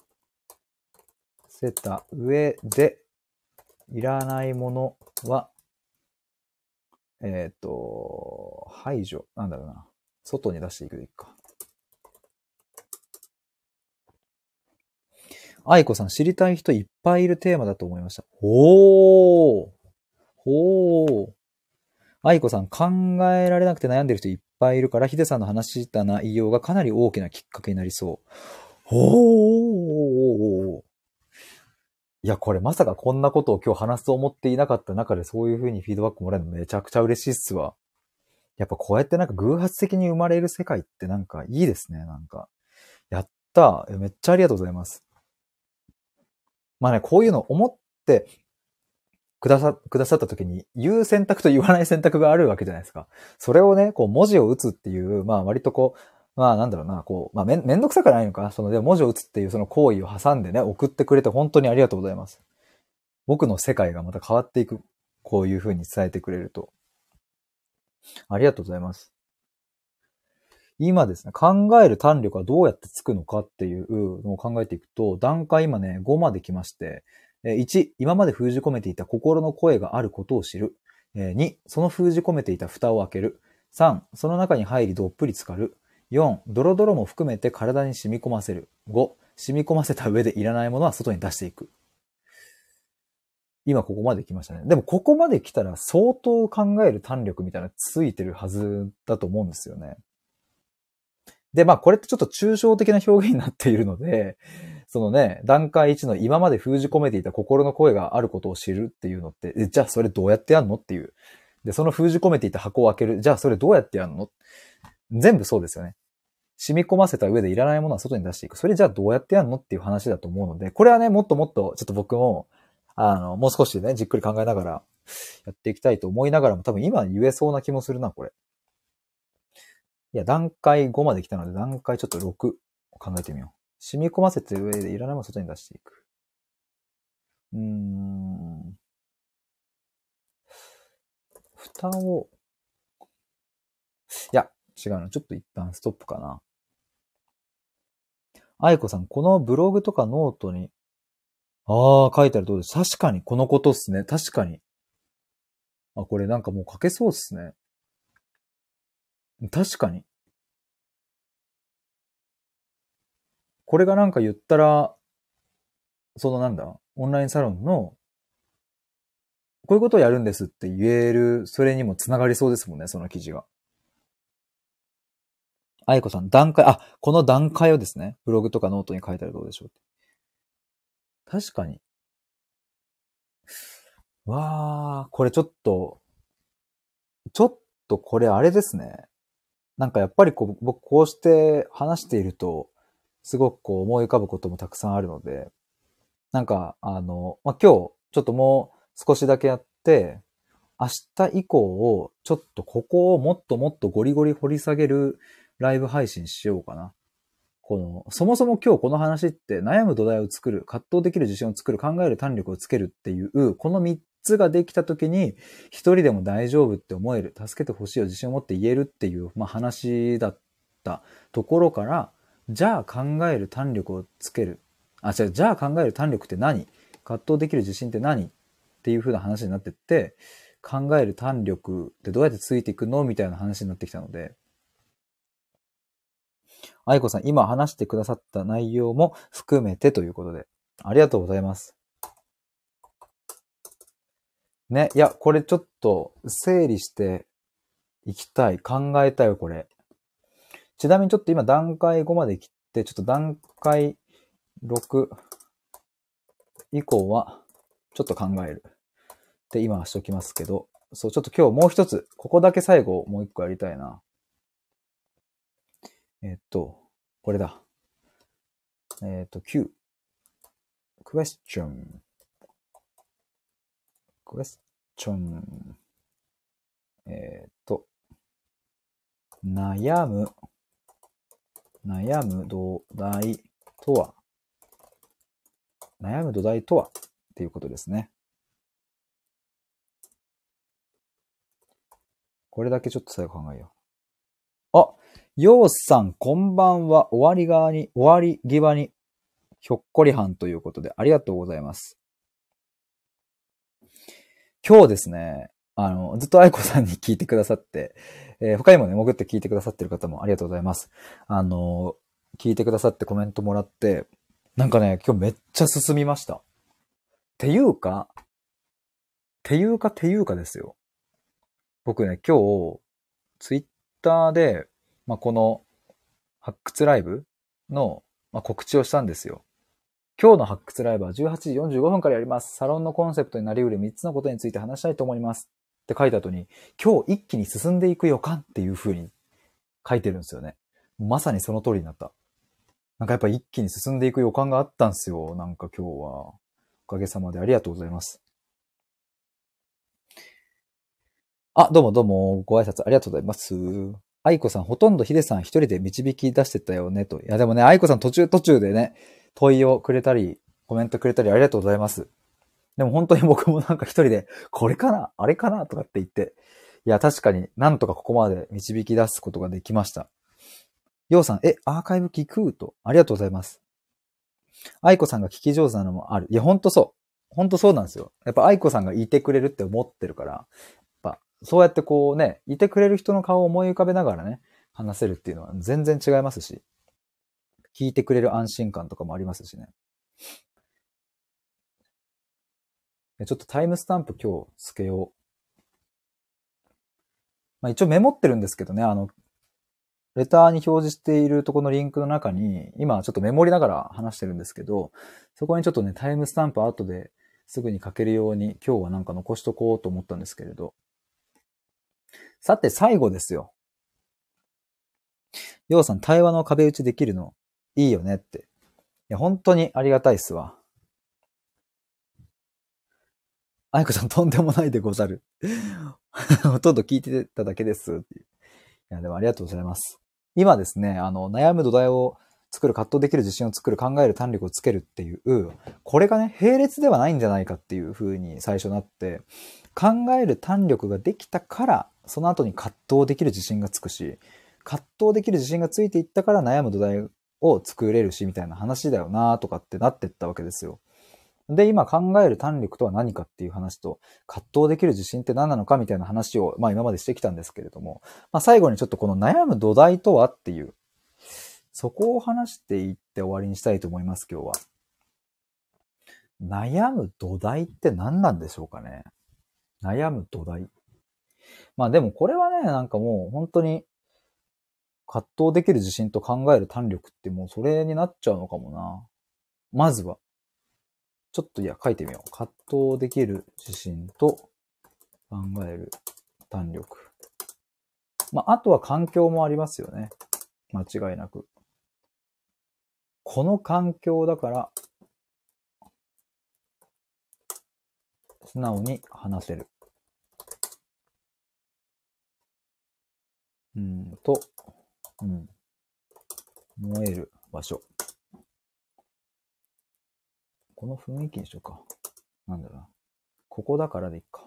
せた上で、いらないものは、えっと、排除、なんだろうな。外に出していくでいいか。愛子さん、知りたい人いっぱいいるテーマだと思いました。おー。ほー。愛子さん、考えられなくて悩んでる人いっぱいいるから、ヒデさんの話した内容がかなり大きなきっかけになりそう。ほー。いや、これまさかこんなことを今日話すと思っていなかった中でそういう風にフィードバックもらえるのめちゃくちゃ嬉しいっすわ。やっぱこうやってなんか偶発的に生まれる世界ってなんかいいですね、なんか。やったー。めっちゃありがとうございます。まあね、こういうの思ってくださ、くださった時に言う選択と言わない選択があるわけじゃないですか。それをね、こう文字を打つっていう、まあ割とこう、まあなんだろうな、こう、まあめん、めんどくさくないのかそので文字を打つっていうその行為を挟んでね、送ってくれて本当にありがとうございます。僕の世界がまた変わっていく。こういう風に伝えてくれると。ありがとうございます。今ですね、考える単力はどうやってつくのかっていうのを考えていくと、段階今ね、ごまで来まして、いち、今まで封じ込めていた心の声があることを知る。に、その封じ込めていた蓋を開ける。さん、その中に入りどっぷり浸かる。よん、ドロドロも含めて体に染み込ませる。ご、染み込ませた上でいらないものは外に出していく。今ここまで来ましたね。でもここまで来たら相当考える単力みたいなのついてるはずだと思うんですよね。で、まあこれってちょっと抽象的な表現になっているので、そのね、段階いちの今まで封じ込めていた心の声があることを知るっていうのって、じゃあそれどうやってやんのっていう。で、その封じ込めていた箱を開ける。じゃあそれどうやってやんの？全部そうですよね。染み込ませた上でいらないものは外に出していく。それじゃあどうやってやんのっていう話だと思うので、これはね、もっともっとちょっと僕も、あの、もう少しね、じっくり考えながらやっていきたいと思いながらも多分今言えそうな気もするな、これ。いや、段階ごまで来たので、段階ちょっとろくを考えてみよう。染み込ませて上でいらないものを外に出していく。うーん。蓋を、いや、違うな。ちょっと一旦ストップかな。愛子さん、このブログとかノートに、ああ、書いてある通りです。確かにこのことっすね。確かに。あ、これなんかもう書けそうっすね。確かに。これがなんか言ったら、そのなんだ、オンラインサロンの、こういうことをやるんですって言える、それにもつながりそうですもんね、その記事が。愛子さん、段階、あ、この段階をですね、ブログとかノートに書いたらどうでしょう。確かに。わー、これちょっと、ちょっとこれあれですね。なんかやっぱりこう、僕こうして話していると、すごくこう思い浮かぶこともたくさんあるので、なんか、あの、まあ、今日、ちょっともう少しだけやって、明日以降を、ちょっとここをもっともっとゴリゴリ掘り下げるライブ配信しようかな。この、そもそも今日この話って悩む土台を作る、葛藤できる自信を作る、考える胆力をつけるっていう、このみっつができた時に、一人でも大丈夫って思える、助けてほしいよ、自信を持って言えるっていう、まあ、話だったところから、じゃあ考える胆力をつける。あ、違う、じゃあ考える胆力って何？葛藤できる自信って何？っていう風な話になってって、 考える胆力ってどうやってついていくのみたいな話になってきたので、愛子さん、今話してくださった内容も含めてということで、ありがとうございます。ね、いや、これちょっと整理していきたい、考えたいよ、これ。ちなみにちょっと今段階ごまで切って、ちょっと段階ろく以降はちょっと考える。って今はしときますけど、そう、ちょっと今日もう一つ、ここだけ最後もう一個やりたいな。えっと、これだ。えっと、きゅう。question。question。えっと、悩む、悩む土台とは、悩む土台とはっていうことですね。これだけちょっと最後考えよう。あ、ようさん、こんばんは。終わり側に、終わり際に、ひょっこりはんということで、ありがとうございます。今日ですね、あの、ずっと愛子さんに聞いてくださって、えー、他にもね、潜って聞いてくださってる方もありがとうございます。あの、聞いてくださってコメントもらって、なんかね、今日めっちゃ進みました。っていうか、っていうかっていうかですよ。僕ね、今日、ツイッターで、まあ、この発掘ライブの、まあ、告知をしたんですよ。今日の発掘ライブはじゅうはちじよんじゅうごふんからやります。サロンのコンセプトになり得るみっつのことについて話したいと思います。って書いた後に、今日一気に進んでいく予感っていう風に書いてるんですよね。まさにその通りになった。なんかやっぱ一気に進んでいく予感があったんですよ。なんか今日は。おかげさまでありがとうございます。あ、どうもどうも、ご挨拶ありがとうございます。愛子さん、ほとんどヒデさん一人で導き出してたよね、と。いやでもね、愛子さん途中途中でね、問いをくれたり、コメントくれたりありがとうございます。でも本当に僕もなんか一人で、これかなあれかなとかって言って、いや確かになんとかここまで導き出すことができました。ようさん、え、アーカイブ聞くと。ありがとうございます。愛子さんが聞き上手なのもある。いや、ほんとそう。ほんとそうなんですよ。やっぱ愛子さんがいてくれるって思ってるから、やっぱそうやってこうね、いてくれる人の顔を思い浮かべながらね、話せるっていうのは全然違いますし、聞いてくれる安心感とかもありますしね。ちょっとタイムスタンプ今日つけよう。まあ一応メモってるんですけどね、あの、レターに表示しているところのリンクの中に、今ちょっとメモりながら話してるんですけど、そこにちょっとね、タイムスタンプ後ですぐに書けるように今日はなんか残しとこうと思ったんですけれど。さて最後ですよ。ようさん、対話の壁打ちできるのいいよねって。いや、本当にありがたいっすわ。あいこさん、とんでもないでござる。ほとんど聞いてただけですっていう。いや、でもありがとうございます。今ですね、あの、悩む土台を作る、葛藤できる自信を作る、考える胆力をつけるっていう、これがね、並列ではないんじゃないかっていう風に最初なって、考える胆力ができたから、その後に葛藤できる自信がつくし、葛藤できる自信がついていったから悩む土台を作れるし、みたいな話だよなとかってなってったわけですよ。で、今考える胆力とは何かっていう話と、葛藤できる自信って何なのかみたいな話を、まあ今までしてきたんですけれども、まあ最後にちょっとこの悩む土台とはっていう、そこを話していって終わりにしたいと思います、今日は。悩む土台って何なんでしょうかね。悩む土台。まあでもこれはね、なんかもう本当に葛藤できる自信と考える胆力ってもうそれになっちゃうのかもな。まずは。ちょっといや、書いてみよう。葛藤できる自信と考える胆力。まあ、あとは環境もありますよね。間違いなく。この環境だから、素直に話せる。うんと、うん。思える場所。この雰囲気にしようか。なんだろうな。ここだからでいいか。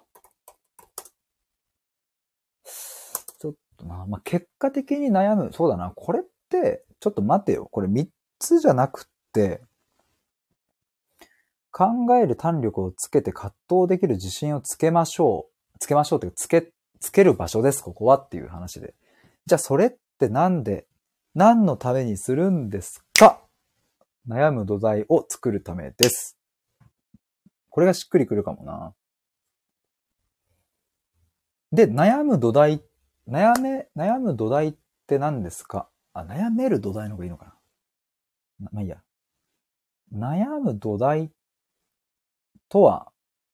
ちょっとな、まあ、結果的に悩む。そうだな。これって、ちょっと待てよ。これみっつじゃなくって、考える胆力をつけて葛藤できる自信をつけましょう。 つけましょうっていう、つけ、つける場所です、ここはっていう話で。じゃあそれってなんで、何のためにするんですか？悩む土台を作るためです。これがしっくりくるかもな。で、悩む土台、悩め、悩む土台って何ですか？あ、悩める土台の方がいいのかな。まあいいや。悩む土台とは、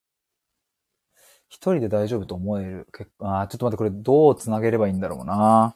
一人で大丈夫と思える。あ、ちょっと待って、これどう繋げればいいんだろうな。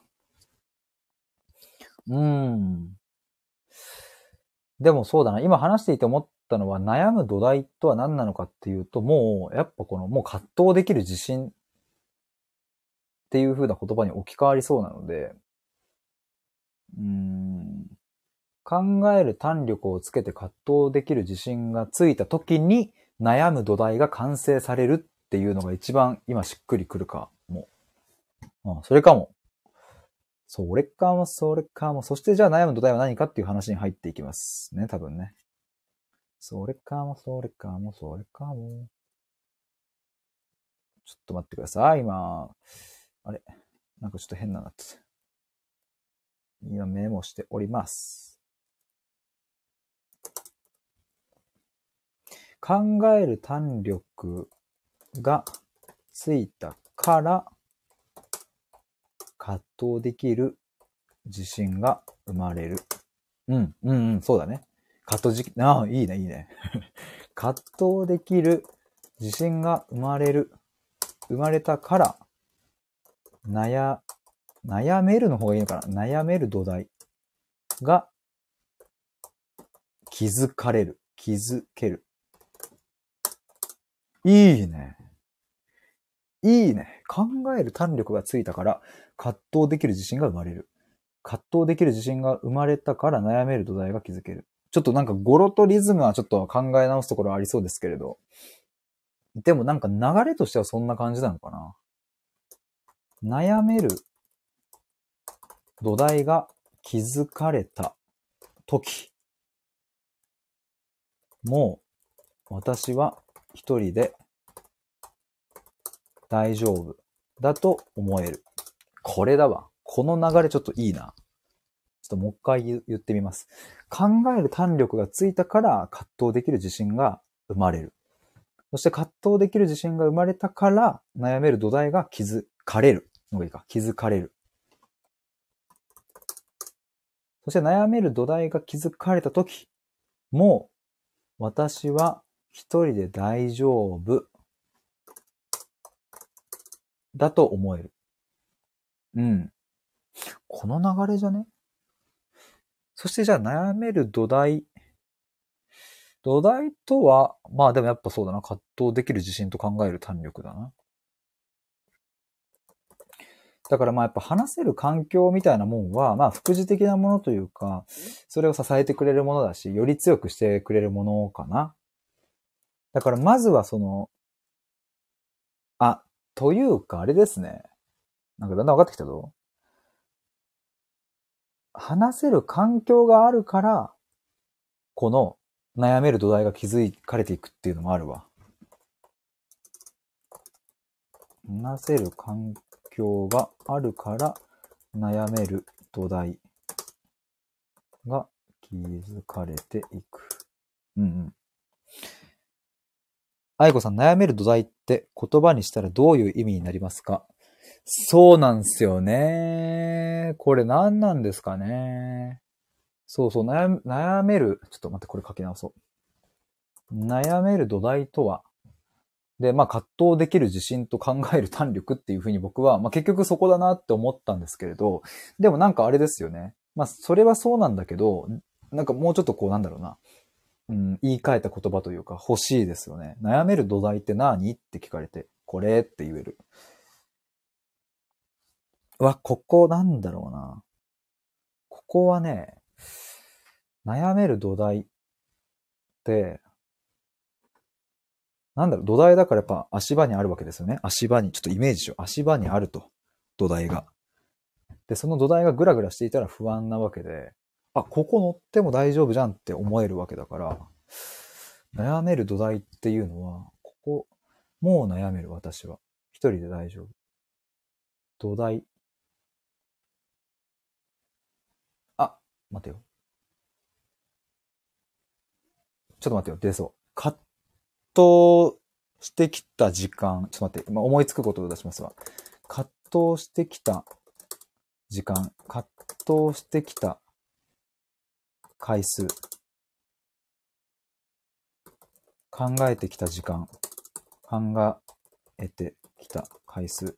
うーん。でもそうだな。今話していて思ったのは、悩む土台とは何なのかっていうと、もう、やっぱこの、もう葛藤できる自信っていう風な言葉に置き換わりそうなので、うーん。考える胆力をつけて葛藤できる自信がついた時に悩む土台が完成されるっていうのが一番今しっくりくるかも。うん、それかも。それかも、それかも。そしてじゃあ悩む土台は何かっていう話に入っていきますね、多分ね。それかも、それかも、それかも。ちょっと待ってください、今。あれなんかちょっと変ななってた。今メモしております。考える胆力がついたから葛藤できる自信が生まれる。うん、うん、うん、そうだね。葛藤じ、ああ、いいね、いいね。葛藤できる自信が生まれる。生まれたから、悩、悩めるの方がいいのかな。悩める土台が気づかれる。気づける。いいね。いいね。考える胆力がついたから、葛藤できる自信が生まれる。葛藤できる自信が生まれたから悩める土台が築ける。ちょっとなんか語呂とリズムはちょっと考え直すところありそうですけれど。でもなんか流れとしてはそんな感じなのかな。悩める土台が築かれた時、もう私は一人で大丈夫だと思える。これだわ。この流れちょっといいな。ちょっともう一回言ってみます。考える胆力がついたから葛藤できる自信が生まれる。そして葛藤できる自信が生まれたから悩める土台が築かれるのがいいか。築かれる。そして悩める土台が築かれたとき、もう私は一人で大丈夫だと思える。うん。この流れじゃね？そしてじゃあ悩める土台。土台とは、まあでもやっぱそうだな。葛藤できる自信と考える胆力だな。だからまあやっぱ話せる環境みたいなもんは、まあ副次的なものというか、それを支えてくれるものだし、より強くしてくれるものかな。だからまずはその、あ、というかあれですね。なんかだんだん分かってきたぞ。話せる環境があるから、この悩める土台が築かれていくっていうのもあるわ。話せる環境があるから悩める土台が築かれていく。うんうん。愛子さん、悩める土台って言葉にしたらどういう意味になりますか？そうなんすよね。これ何なんですかね。そうそう、悩、悩める、ちょっと待って、これ書き直そう。悩める土台とは、で、まあ、葛藤できる自信と考える胆力っていうふうに僕は、まあ、結局そこだなって思ったんですけれど、でもなんかあれですよね。まあ、それはそうなんだけど、なんかもうちょっとこうなんだろうな。うん、言い換えた言葉というか欲しいですよね。悩める土台って何って聞かれて、これって言える。うわ、ここなんだろうな。ここはね、悩める土台って、なんだろう、土台だからやっぱ足場にあるわけですよね。足場に、ちょっとイメージしよう。足場にあると。土台が。で、その土台がグラグラしていたら不安なわけで、あ、ここ乗っても大丈夫じゃんって思えるわけだから、悩める土台っていうのは、ここ、もう悩める私は。 一人で大丈夫。土台。あ、待てよ。ちょっと待ってよ。出そう。葛藤してきた時間。ちょっと待って。今思いつくことを出しますわ。葛藤してきた時間。葛藤してきた回数。考えてきた時間。考えてきた回数。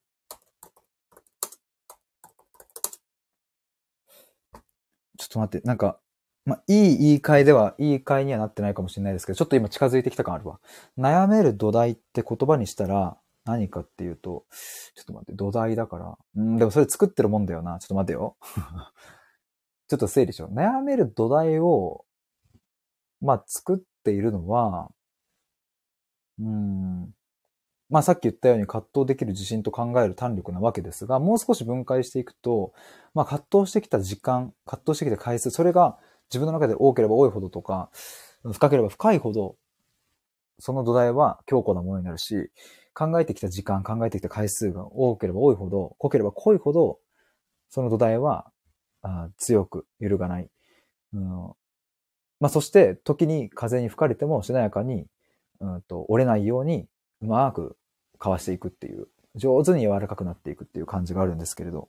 ちょっと待って。なんか、まあ、いい言い換えでは、いい換えにはなってないかもしれないですけど、ちょっと今近づいてきた感あるわ。悩める土台って言葉にしたら、何かっていうと、ちょっと待って、土台だから。うん、でもそれ作ってるもんだよな。ちょっと待ってよ。ちょっと整理しよう。悩める土台を、まあ、作っているのは、うーん、まあさっき言ったように葛藤できる自信と考える胆力なわけですが、もう少し分解していくと、まあ葛藤してきた時間、葛藤してきた回数、それが自分の中で多ければ多いほどとか、深ければ深いほど、その土台は強固なものになるし、考えてきた時間、考えてきた回数が多ければ多いほど、濃ければ濃いほど、その土台はあ強く揺るがない。うん、まあそして、時に風に吹かれてもしなやかに、うんと折れないようにうまくかわしていくっていう、上手に柔らかくなっていくっていう感じがあるんですけれど。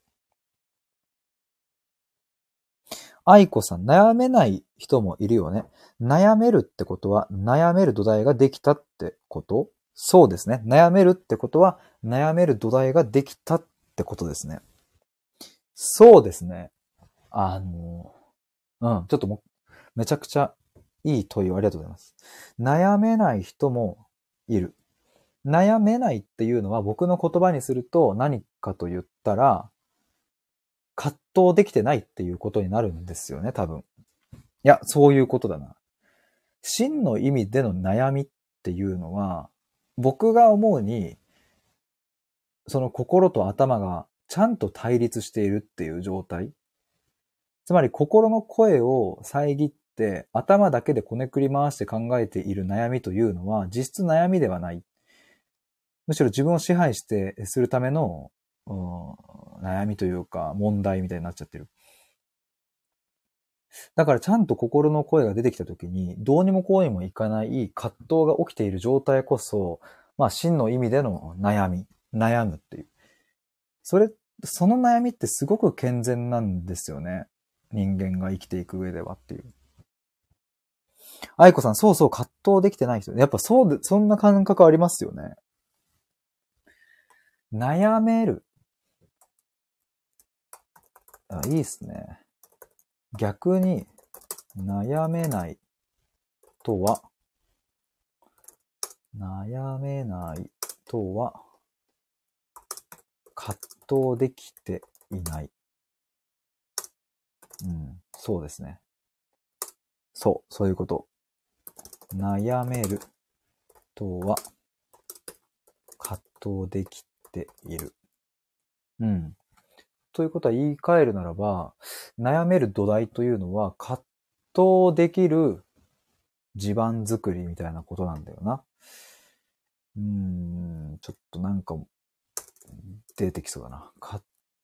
愛子さん、悩めない人もいるよね。悩めるってことは、悩める土台ができたってこと？そうですね。悩めるってことは、悩める土台ができたってことですね。そうですね。あの、うん、ちょっともう、めちゃくちゃいい問いをありがとうございます。悩めない人もいる。悩めないっていうのは僕の言葉にすると何かと言ったら、葛藤できてないっていうことになるんですよね、多分。いや、そういうことだな。真の意味での悩みっていうのは、僕が思うに、その心と頭がちゃんと対立しているっていう状態。つまり心の声を遮って頭だけでこねくり回して考えている悩みというのは実質悩みではない。むしろ自分を支配してするための、うん、悩みというか問題みたいになっちゃってる。だからちゃんと心の声が出てきたときにどうにもこうにもいかない葛藤が起きている状態こそ、まあ真の意味での悩み、悩むっていう。それ、その悩みってすごく健全なんですよね。人間が生きていく上ではっていう。愛子さん、そうそう葛藤できてない人。やっぱそうで、そんな感覚ありますよね。悩める。あ、いいっすね。逆に、悩めないとは、悩めないとは、葛藤できていない。うん、そうですね。そう、そういうこと。悩めるとは、葛藤できている。うん。ということは言い換えるならば、悩める土台というのは、葛藤できる地盤作りみたいなことなんだよな。うーん、ちょっとなんか、出てきそうだな。葛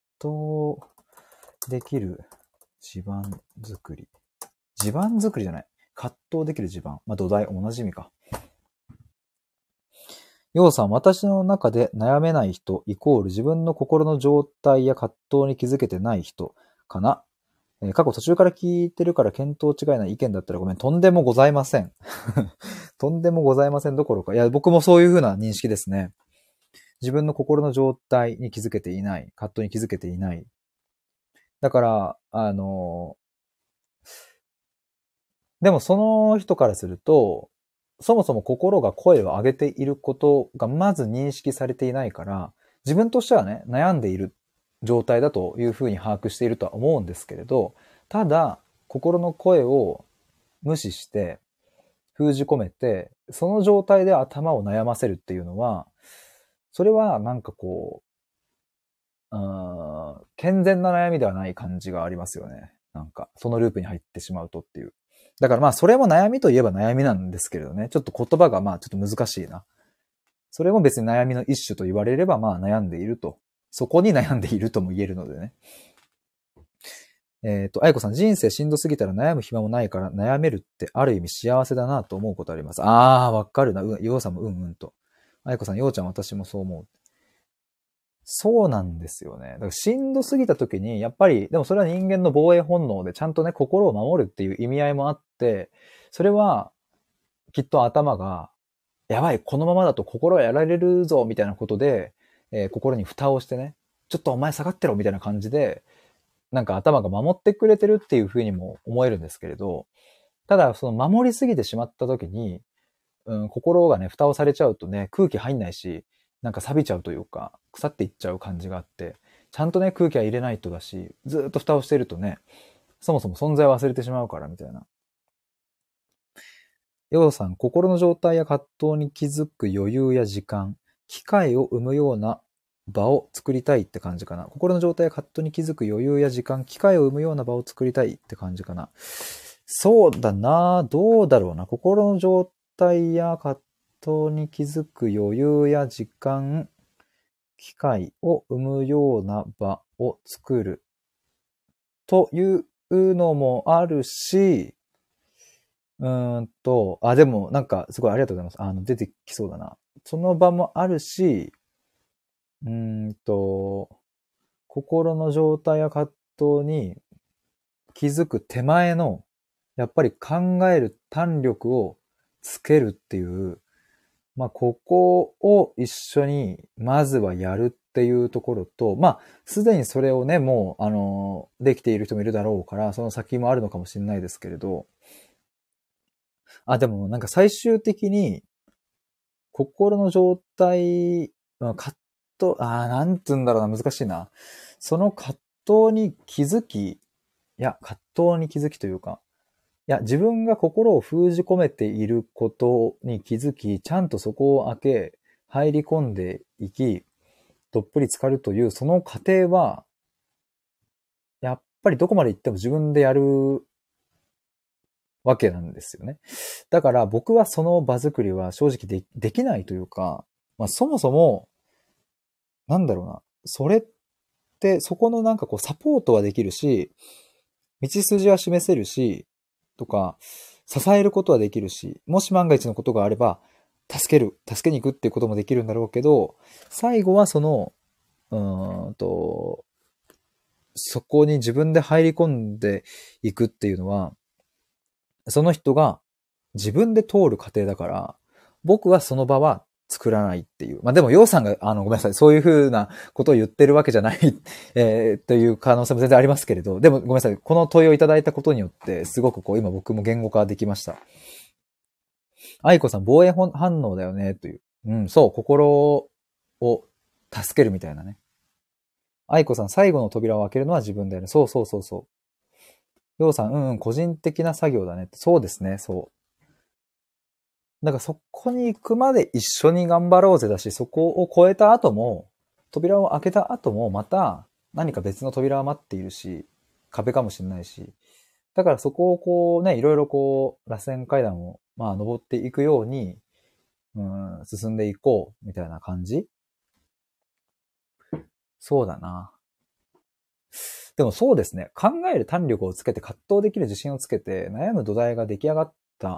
藤できる地盤作り。地盤作りじゃない。葛藤できる地盤。まあ、土台、同じ意味か。ようさん、私の中で悩めない人、イコール自分の心の状態や葛藤に気づけてない人かな。えー過去途中から聞いてるから見当違いな意見だったらごめん。とんでもございません。とんでもございませんどころか。いや、僕もそういう風な認識ですね。自分の心の状態に気づけていない。葛藤に気づけていない。だから、あの、でもその人からすると、そもそも心が声を上げていることがまず認識されていないから、自分としてはね、悩んでいる状態だというふうに把握しているとは思うんですけれど、ただ、心の声を無視して封じ込めて、その状態で頭を悩ませるっていうのは、それはなんかこう、うーん、健全な悩みではない感じがありますよね。なんか、そのループに入ってしまうとっていう。だからまあ、それも悩みといえば悩みなんですけれどね。ちょっと言葉がまあ、ちょっと難しいな。 それも別に悩みの一種と言われれば、まあ悩んでいると。そこに悩んでいるとも言えるのでね。えっと、あやこさん、人生しんどすぎたら悩む暇もないから悩めるってある意味幸せだなと思うことあります。あー、わかるな。う、ようさんもうんうんと。あやこさん、ようちゃん私もそう思う。そうなんですよね。だからしんどすぎた時に、やっぱり、でもそれは人間の防衛本能でちゃんとね、心を守るっていう意味合いもあって、それは、きっと頭が、やばい、このままだと心やられるぞ、みたいなことで、えー心に蓋をしてね、ちょっとお前下がってろ、みたいな感じで、なんか頭が守ってくれてるっていうふうにも思えるんですけれど、ただ、その守りすぎてしまった時に、うん、心がね、蓋をされちゃうとね、空気入んないし、なんか錆びちゃうというか、腐っていっちゃう感じがあって、ちゃんとね、空気は入れないとだし、ずーっと蓋をしてるとね、そもそも存在を忘れてしまうから、みたいな。ヨウさん、心の状態や葛藤に気づく余裕や時間、機会を生むような場を作りたいって感じかな。心の状態や葛藤に気づく余裕や時間、機会を生むような場を作りたいって感じかな。そうだな。どうだろうな。心の状態や葛藤に気づく余裕や時間、機会を生むような場を作るというのもあるし、うーんと、あ、でもなんかすごいありがとうございます。あの、出てきそうだな。その場もあるし、うーんと、心の状態や葛藤に気づく手前の、やっぱり考える胆力をつけるっていう、まあ、ここを一緒に、まずはやるっていうところと、まあ、すでにそれをね、もう、あの、できている人もいるだろうから、その先もあるのかもしれないですけれど、あ、でもなんか最終的に、心の状態、まあ葛藤、あー、なんつうんだろうな、難しいな。その葛藤に気づき、いや、葛藤に気づきというか、いや、自分が心を封じ込めていることに気づき、ちゃんとそこを開け、入り込んでいき、どっぷり浸かるという、その過程は、やっぱりどこまで行っても自分でやるわけなんですよね。だから僕はその場作りは正直でできないというか、まあそもそも、なんだろうな、それって、そこのなんかこうサポートはできるし、道筋は示せるし、とか、支えることはできるし、もし万が一のことがあれば、助ける、助けに行くっていうこともできるんだろうけど、最後はその、うーんと、そこに自分で入り込んでいくっていうのは、その人が自分で通る過程だから、僕はその場は作らないっていう。まあでも、ヨウさんが、あの、ごめんなさい、そういうふうなことを言ってるわけじゃないえー、という可能性も全然ありますけれど、でもごめんなさい、この問いをいただいたことによって、すごくこう、今僕も言語化できました。愛子さん、防衛反応だよね、という。うん、そう、心を助けるみたいなね。愛子さん、最後の扉を開けるのは自分だよね。そうそうそうそう。ヨウさん、うんうん、個人的な作業だね。そうですね、そう。だからそこに行くまで一緒に頑張ろうぜだし、そこを越えた後も、扉を開けた後もまた何か別の扉は待っているし、壁かもしれないし。だからそこをこうね、いろいろこう、螺旋階段をまあ登っていくように、うん、進んでいこう、みたいな感じ。そうだな。でもそうですね。考える胆力をつけて葛藤できる自信をつけて悩む土台が出来上がった、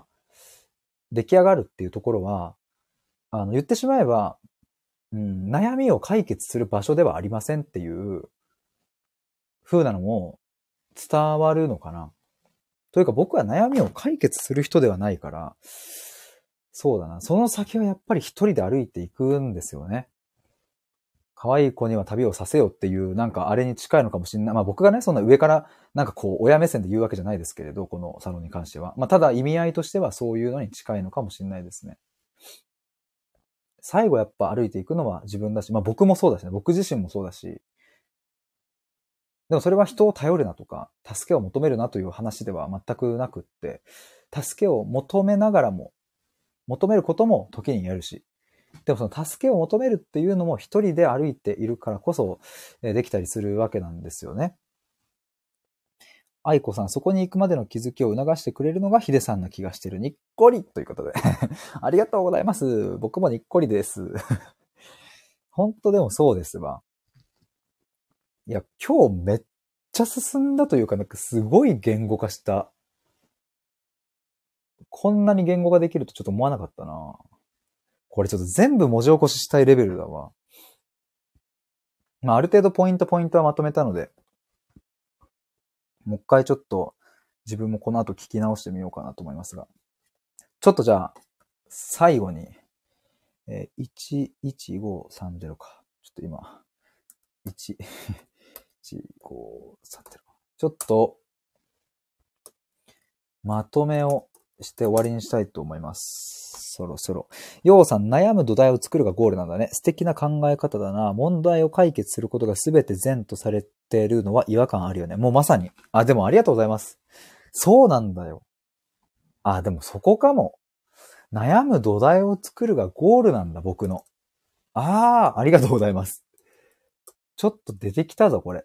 出来上がるっていうところは、あの、言ってしまえば、うん、悩みを解決する場所ではありませんっていう風なのも伝わるのかな。というか僕は悩みを解決する人ではないから、そうだな。その先はやっぱり一人で歩いていくんですよね。可愛い子には旅をさせよっていう、なんかあれに近いのかもしれない。まあ僕がね、そんな上から、なんかこう、親目線で言うわけじゃないですけれど、このサロンに関しては。まあただ意味合いとしてはそういうのに近いのかもしれないですね。最後やっぱ歩いていくのは自分だし、まあ僕もそうだしね。僕自身もそうだし、でもそれは人を頼るなとか、助けを求めるなという話では全くなくって、助けを求めながらも、求めることも時にやるし、でもその助けを求めるっていうのも一人で歩いているからこそできたりするわけなんですよね。 愛子さん、そこに行くまでの気づきを促してくれるのがヒデさんな気がしてる。にっこりということで。ありがとうございます。僕もにっこりです。本当でもそうですわ。いや、今日めっちゃ進んだというか、なんかすごい言語化した。こんなに言語化できるとちょっと思わなかったな。これちょっと全部文字起こししたいレベルだわ。まあ、ある程度ポイントポイントはまとめたので、もう一回ちょっと自分もこの後聞き直してみようかなと思いますが。ちょっとじゃあ、最後に、えー、いちいちごさんゼロか。ちょっと今、いち、いちごさんゼロ。ちょっと、まとめをして終わりにしたいと思います。そろそろ。ようさん、悩む土台を作るがゴールなんだね。素敵な考え方だな。問題を解決することが全て善とされているのは違和感あるよね。もうまさに。あ、でもありがとうございます。そうなんだよ。あ、でもそこかも。悩む土台を作るがゴールなんだ、僕の。ああ、ありがとうございます。ちょっと出てきたぞ、これ。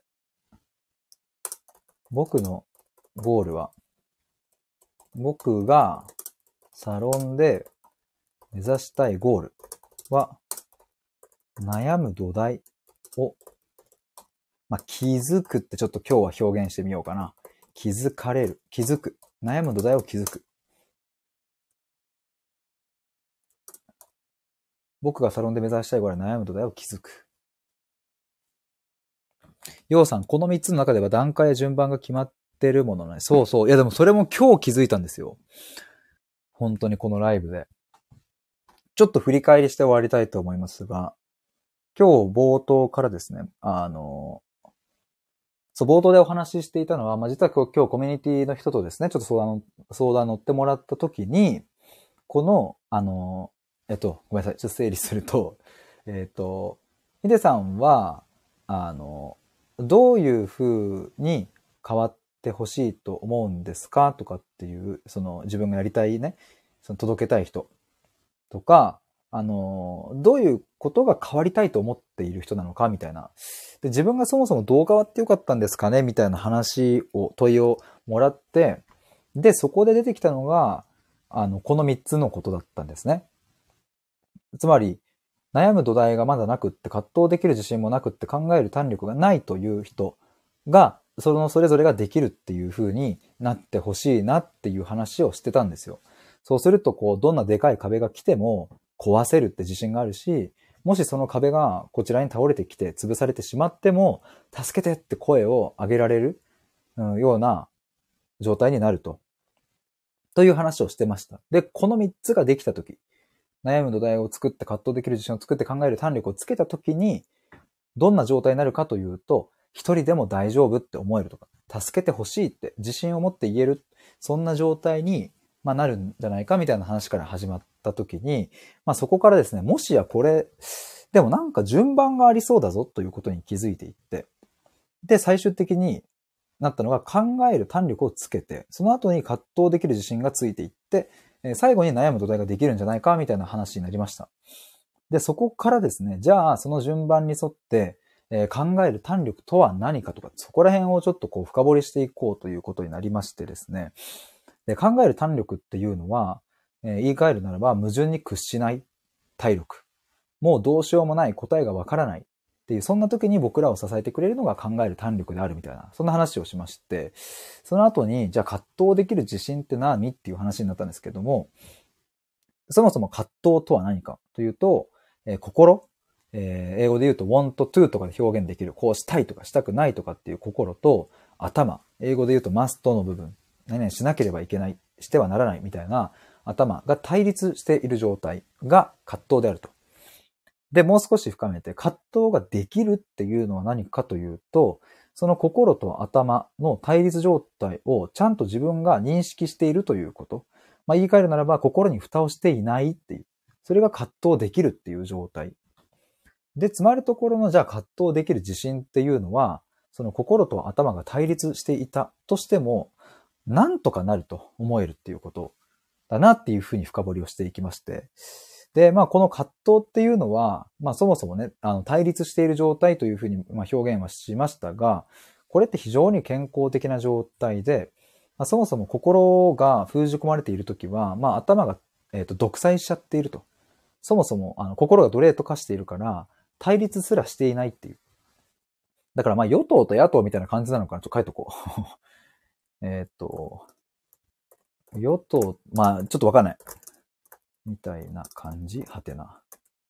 僕のゴールは、僕がサロンで目指したいゴールは、悩む土台を、まあ、気づくってちょっと今日は表現してみようかな。気づかれる。気づく。悩む土台を気づく。僕がサロンで目指したいゴールは悩む土台を気づく。ようさん、このみっつの中では段階や順番が決まってるものね。そうそう。いやでもそれも今日気づいたんですよ。本当にこのライブで。ちょっと振り返りして終わりたいと思いますが、今日冒頭からですね、あの、そう、冒頭でお話ししていたのは、まあ、実は今日、今日コミュニティの人とですね、ちょっと相談、相談乗ってもらったときに、この、あの、えっと、ごめんなさい、ちょっと整理すると、えっと、ヒデさんは、あの、どういう風に変わってほしいと思うんですかとかっていう、その自分がやりたいね、その届けたい人とか、あの、どういうことが変わりたいと思っている人なのかみたいな。で、自分がそもそもどう変わってよかったんですかねみたいな話を、問いをもらって、で、そこで出てきたのが、あの、このみっつのことだったんですね。つまり、悩む土台がまだなくって葛藤できる自信もなくって考える胆力がないという人が、そのそれぞれができるっていう風になってほしいなっていう話をしてたんですよ。そうすると、こう、どんなでかい壁が来ても壊せるって自信があるし、もしその壁がこちらに倒れてきて潰されてしまっても、助けてって声を上げられる、うん、ような状態になると。という話をしてました。で、このみっつができたとき、悩む土台を作って葛藤できる自信を作って考える胆力をつけたときに、どんな状態になるかというと、一人でも大丈夫って思えるとか、助けてほしいって自信を持って言える、そんな状態に、まあ、なるんじゃないかみたいな話から始まったときに、まあ、そこからですね、もしやこれ、でもなんか順番がありそうだぞということに気づいていって、で、最終的になったのが考える胆力をつけて、その後に葛藤できる自信がついていって、最後に悩む土台ができるんじゃないかみたいな話になりました。で、そこからですね、じゃあその順番に沿って、えー、考える胆力とは何かとか、そこら辺をちょっとこう深掘りしていこうということになりましてですね。で、考える胆力っていうのは、えー、言い換えるならば矛盾に屈しない体力。もうどうしようもない答えがわからないっていう、そんな時に僕らを支えてくれるのが考える胆力であるみたいな、そんな話をしまして、その後に、じゃあ葛藤できる自信って何っていう話になったんですけども、そもそも葛藤とは何かというと、えー、心、えー、英語で言うと want to とかで表現できる、こうしたいとかしたくないとかっていう心と、頭、英語で言うと must の部分、何々しなければいけない、してはならないみたいな頭が対立している状態が葛藤であると。で、もう少し深めて、葛藤ができるっていうのは何かというと、その心と頭の対立状態をちゃんと自分が認識しているということ。まあ、言い換えるならば、心に蓋をしていないっていう。それが葛藤できるっていう状態。で、つまるところの、じゃあ葛藤できる自信っていうのは、その心と頭が対立していたとしても、なんとかなると思えるっていうことだなっていうふうに深掘りをしていきまして。で、まあ、この葛藤っていうのは、まあ、そもそもね、あの、対立している状態というふうに、まあ、表現はしましたが、 これって非常に健康的な状態で、まあ、そもそも心が封じ込まれているときは、まあ頭が、えーと、独裁しちゃっていると。そもそもあの心が奴隷と化しているから、対立すらしていないっていう。だからまあ与党と野党みたいな感じなのかな。ちょっと書いとこう。えっと、与党、まあちょっとわかんない。みたいな感じはてな。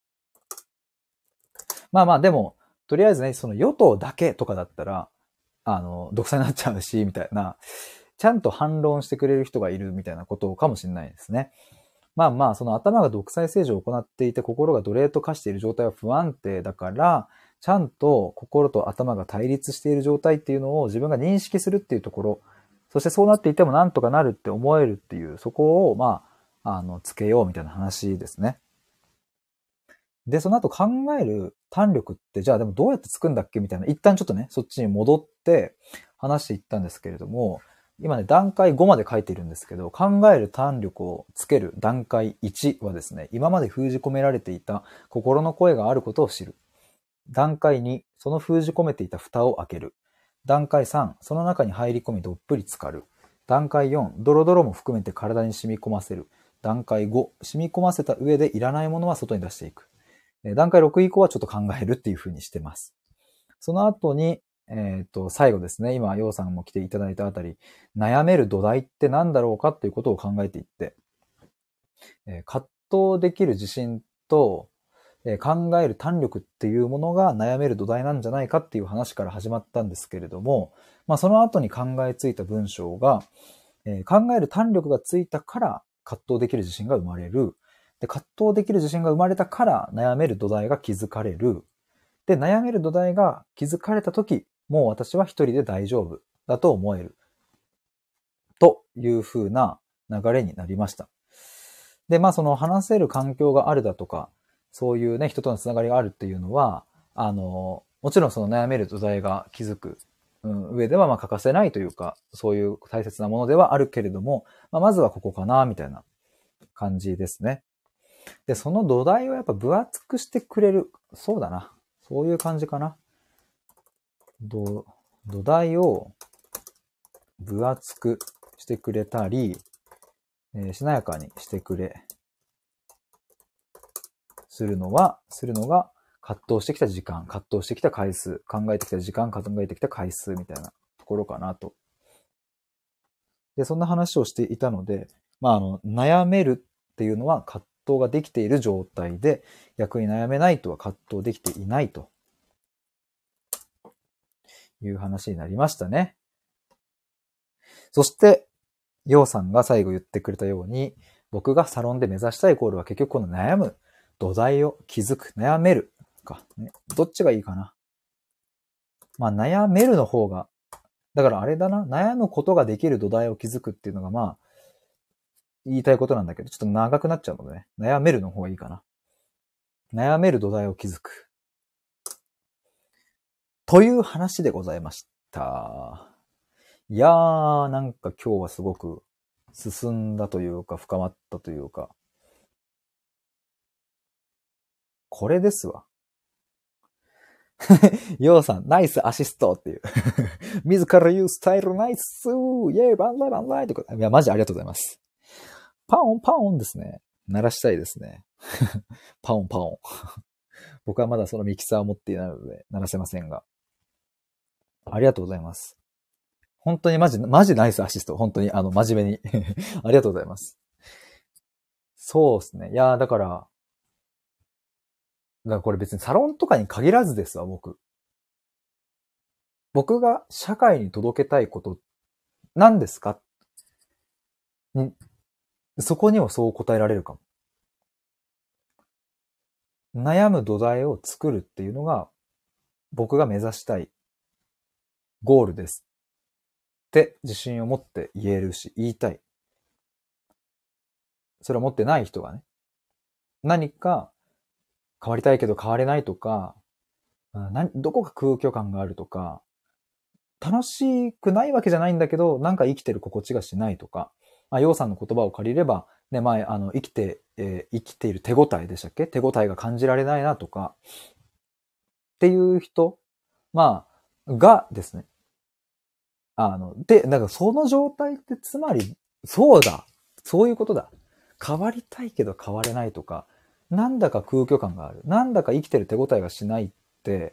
まあまあでも、とりあえずね、その与党だけとかだったら、あの、独裁になっちゃうし、みたいな、ちゃんと反論してくれる人がいるみたいなことかもしれないですね。まあまあ、その頭が独裁政治を行っていて心が奴隷と化している状態は不安定だから、ちゃんと心と頭が対立している状態っていうのを自分が認識するっていうところ、そしてそうなっていてもなんとかなるって思えるっていう、そこを、まあ、あの、つけようみたいな話ですね。で、その後考える胆力って、じゃあでもどうやってつくんだっけみたいな、一旦ちょっとね、そっちに戻って話していったんですけれども、今ね、段階ごまで書いているんですけど、考える胆力をつける段階いちはですね、今まで封じ込められていた心の声があることを知る。段階に、その封じ込めていた蓋を開ける。段階さん、その中に入り込みどっぷり浸かる。段階よん、ドロドロも含めて体に染み込ませる。段階ご、染み込ませた上でいらないものは外に出していく。段階ろく以降はちょっと考えるっていう風にしてます。その後に、えっと、最後ですね。今、ようさんも来ていただいたあたり、悩める土台って何だろうかっていうことを考えていって、えー、葛藤できる自信と、えー、考える胆力っていうものが悩める土台なんじゃないかっていう話から始まったんですけれども、まあ、その後に考えついた文章が、えー、考える胆力がついたから葛藤できる自信が生まれる。で、葛藤できる自信が生まれたから悩める土台が築かれる。で、悩める土台が築かれたとき、もう私は一人で大丈夫だと思える。という風な流れになりました。で、まあその話せる環境があるだとか、そういうね、人とのつながりがあるっていうのは、あの、もちろんその悩める土台が築く、うん、上ではまあ欠かせないというか、そういう大切なものではあるけれども、まあ、まずはここかな、みたいな感じですね。で、その土台をやっぱ分厚くしてくれる。そうだな。そういう感じかな。土、土台を分厚くしてくれたり、えー、しなやかにしてくれ、するのは、するのが、葛藤してきた時間、葛藤してきた回数、考えてきた時間、考えてきた回数みたいなところかなと。で、そんな話をしていたので、まあ、あの、悩めるっていうのは葛藤ができている状態で、逆に悩めないとは葛藤できていないという話になりましたね。そして、ヨウさんが最後言ってくれたように、僕がサロンで目指したいゴールは結局この悩む土台を築く、悩めるか、ね。どっちがいいかな。まあ悩めるの方が、だからあれだな、悩むことができる土台を築くっていうのがまあ、言いたいことなんだけど、ちょっと長くなっちゃうのでね、悩めるの方がいいかな。悩める土台を築く。という話でございました。いやー、なんか今日はすごく進んだというか、深まったというか、これですわ。ヨウさん、ナイスアシストっていう。自ら言うスタイルナイスイェーイバンザイバンザイってこと。いや、マジありがとうございます。パオンパオンですね。鳴らしたいですね。パオンパオン。僕はまだそのミキサーを持っていないので鳴らせませんが。ありがとうございます。本当にマジ、マジナイスアシスト。本当に、あの、真面目に。ありがとうございます。そうですね。いや、だから、だからこれ別にサロンとかに限らずですわ、僕。僕が社会に届けたいこと何ですかに、そこにはそう答えられるかも。悩む土台を作るっていうのが僕が目指したいゴールですって自信を持って言えるし、言いたい。それを持ってない人がね、何か変わりたいけど変われないとか、どこか空虚感があるとか、楽しくないわけじゃないんだけど、なんか生きてる心地がしないとか、まあ、ヨウさんの言葉を借りれば、ね、前、あの、生きて、えー、生きている手応えでしたっけ？手応えが感じられないなとか、っていう人、まあ、がですね、 あの、で、だからその状態ってつまり、そうだ。そういうことだ。変わりたいけど変われないとか、なんだか空虚感がある。なんだか生きてる手応えがしないって、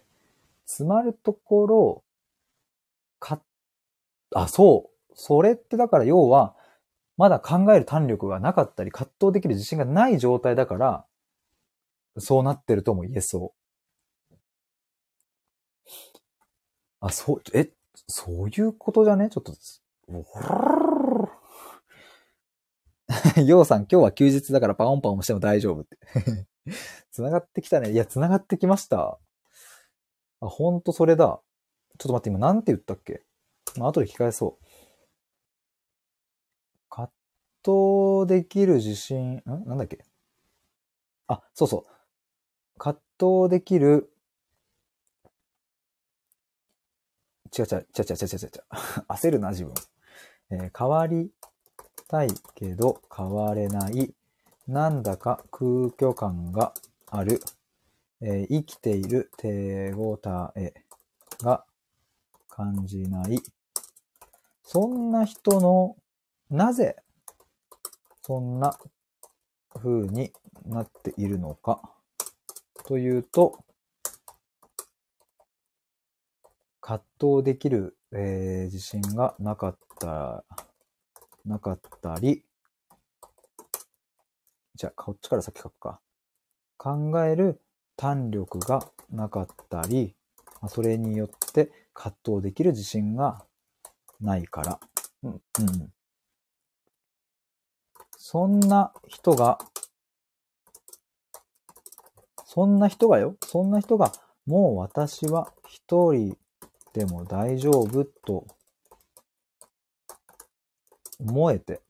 つまるところ、か、あ、そう。それってだから要は、まだ考える胆力がなかったり、葛藤できる自信がない状態だから、そうなってるとも言えそう。あ、そう、え、そういうことじゃねちょっと、ようさん、今日は休日だからパオンパオンしても大丈夫って。繋がってきたね。いや、繋がってきました。あ、ほんとそれだ。ちょっと待って、今なんて言ったっけ？まあ、後で聞き返そう。葛藤できる自信、んなんだっけ？あ、そうそう。葛藤できる、違う違う、違う違う違う違う違う。焦るな、自分。えー変わりたいけど変われない。なんだか空虚感がある。えー生きている手応えが感じない。そんな人の、なぜそんな風になっているのかというと、葛藤できる、えー自信がなかった、なかったり、じゃあ、こっちから先書くか。考える胆力がなかったり、それによって葛藤できる自信がないから。うん、うん。そんな人が、そんな人がよ、そんな人が、もう私は一人でも大丈夫と思えて、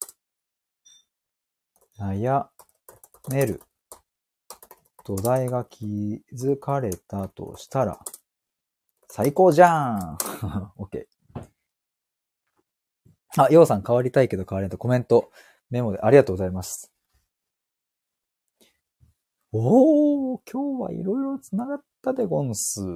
悩める土台が築かれたとしたら、最高じゃん!OK。あ、ようさん変わりたいけど変われないとコメント、メモでありがとうございます。おー、今日はいろいろ繋がったでゴンス。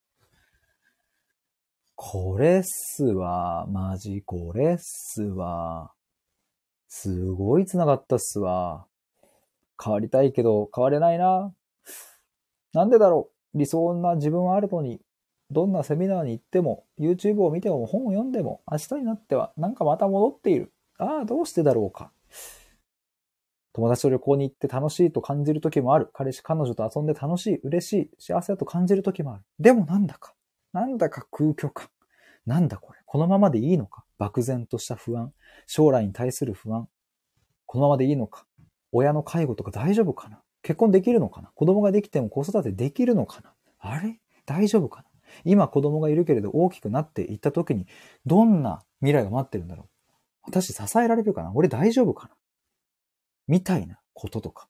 これっすわ。マジこれっすわ。すごい繋がったっすわ。変わりたいけど変われないな。なんでだろう。理想な自分はあるのに、どんなセミナーに行っても、YouTube を見ても本を読んでも、明日になってはなんかまた戻っている。ああ、どうしてだろうか。友達と旅行に行って楽しいと感じる時もある。彼氏、彼女と遊んで楽しい、嬉しい、幸せだと感じる時もある。でもなんだか、なんだか空虚感。なんだこれ。このままでいいのか。漠然とした不安。将来に対する不安。このままでいいのか。親の介護とか大丈夫かな。結婚できるのかな。子供ができても子育てできるのかな。あれ大丈夫かな。今子供がいるけれど大きくなっていった時にどんな未来が待ってるんだろう。私支えられるかな。俺大丈夫かな。みたいなこととか。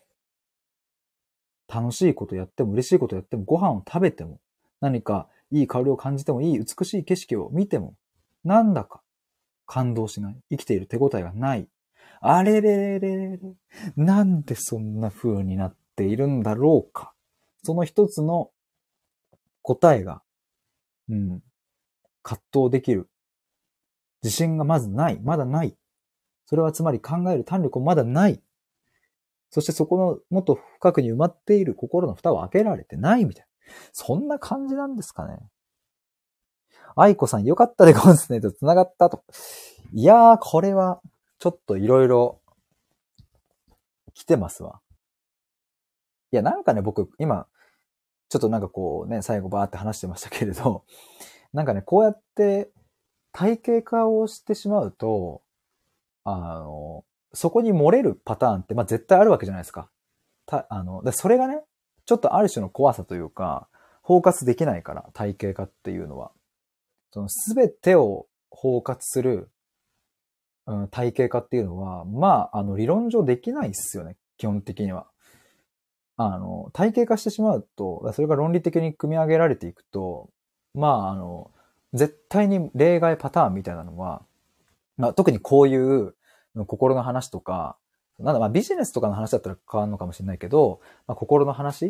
楽しいことやっても嬉しいことやってもご飯を食べても何かいい香りを感じてもいい美しい景色を見てもなんだか感動しない。生きている手応えがない。あれれれれれ。なんでそんな風になっているんだろうか。その一つの答えが、うん、葛藤できる。自信がまずない。まだない。それはつまり考える胆力もまだない。そしてそこのもっと深くに埋まっている心の蓋を開けられてないみたいな。そんな感じなんですかね。愛子さんよかったでゴンスねと繋がったと。いやー、これはちょっといろいろ来てますわ。いや、なんかね、僕今、ちょっとなんかこうね、最後バーって話してましたけれど、なんかね、こうやって体系化をしてしまうと、あの、そこに漏れるパターンって、まあ、絶対あるわけじゃないですか。た、あの、で、それがね、ちょっとある種の怖さというか、包括できないから、体系化っていうのは。そのすべてを包括する、うん、体系化っていうのは、まあ、あの、理論上できないっすよね。基本的には。あの、体系化してしまうと、それが論理的に組み上げられていくと、まあ、あの、絶対に例外パターンみたいなのは、まあ、特にこういう心の話とか、なんだ、まあビジネスとかの話だったら変わるのかもしれないけど、まあ、心の話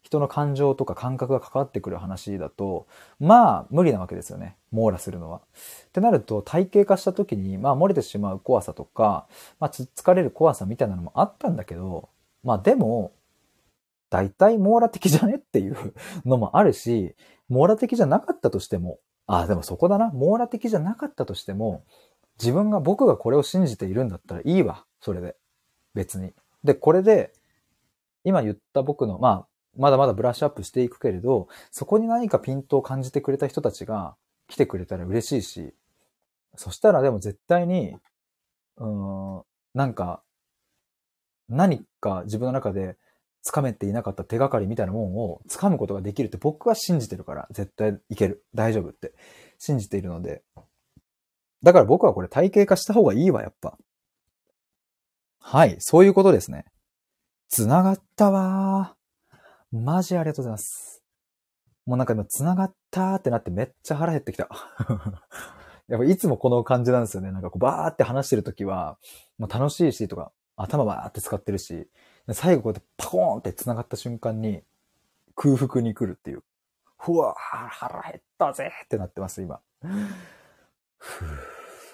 人の感情とか感覚が関わってくる話だと、まあ無理なわけですよね。網羅するのは。ってなると体系化した時に、まあ漏れてしまう怖さとか、まあつっつかれる怖さみたいなのもあったんだけど、まあでも、大体網羅的じゃねっていうのもあるし、網羅的じゃなかったとしても、あ、でもそこだな。網羅的じゃなかったとしても、自分が、僕がこれを信じているんだったらいいわ。それで。別に。で、これで、今言った僕の、まあ、まだまだブラッシュアップしていくけれど、そこに何かピントを感じてくれた人たちが来てくれたら嬉しいし、そしたらでも絶対に、うーん、なんか、何か自分の中で掴めていなかった手がかりみたいなもんを掴むことができるって僕は信じてるから、絶対いける。大丈夫って信じているので。だから僕はこれ体系化した方がいいわ、やっぱ。はい、そういうことですね。繋がったわー。マジありがとうございます。もうなんか今繋がったーってなってめっちゃ腹減ってきた。やっぱいつもこの感じなんですよね。なんかこうバーって話してるときは、もう楽しいしとか、頭バーって使ってるし、最後こうやってパコーンって繋がった瞬間に空腹に来るっていう。ふわー、腹減ったぜってなってます、今。ふぅ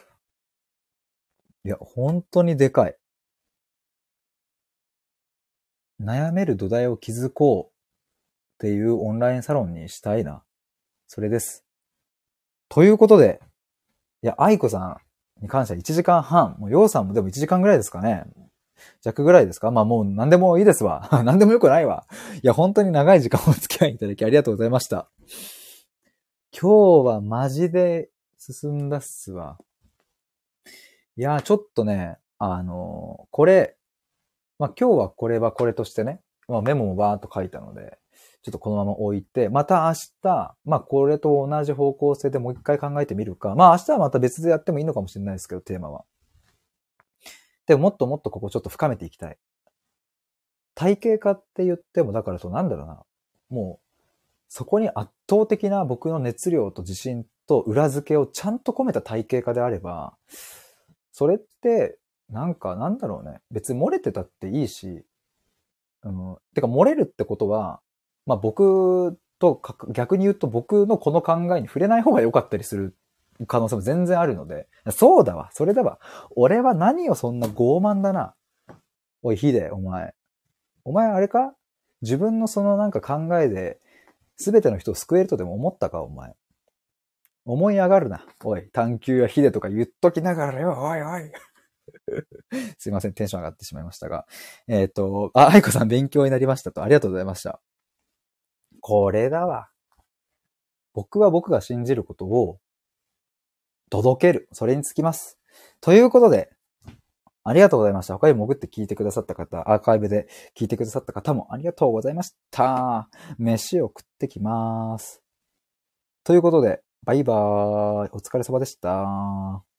いや、本当にでかい。悩める土台を築こうっていうオンラインサロンにしたいな。それです。ということで、いや、愛子さんに関してはいちじかんはん、もうようさんもでもいちじかんぐらいですかね。弱ぐらいですか？まあもう何でもいいですわ。何でもよくないわ。いや、本当に長い時間お付き合いいただきありがとうございました。今日はマジで進んだっすわ。いや、ちょっとね、あの、これ、まあ今日はこれはこれとしてね、まあメモもバーっと書いたので、ちょっとこのまま置いて、また明日、まあこれと同じ方向性でもう一回考えてみるか、まあ明日はまた別でやってもいいのかもしれないですけど、テーマは。でももっともっとここちょっと深めていきたい。体系化って言っても、だからそうなんだろうな。もう、そこに圧倒的な僕の熱量と自信と裏付けをちゃんと込めた体系化であれば、それって、なんかなんだろうね。別に漏れてたっていいし、うん、てか漏れるってことは、まあ僕と逆に言うと僕のこの考えに触れない方が良かったりする可能性も全然あるので、そうだわ、それだわ。俺は何をそんな傲慢だな。おい、ヒデ、お前。お前あれか？自分のそのなんか考えで、すべての人を救えるとでも思ったか、お前。思い上がるな。おい、探求やヒデとか言っときながらよ、おいおい。すいません、テンション上がってしまいましたが。えっと、あ、愛子さん勉強になりましたと。ありがとうございました。これだわ。僕は僕が信じることを届ける。それにつきます。ということで、ありがとうございました。他に潜って聞いてくださった方、アーカイブで聞いてくださった方もありがとうございました。飯を食ってきます。ということで、バイバーイ。お疲れ様でした。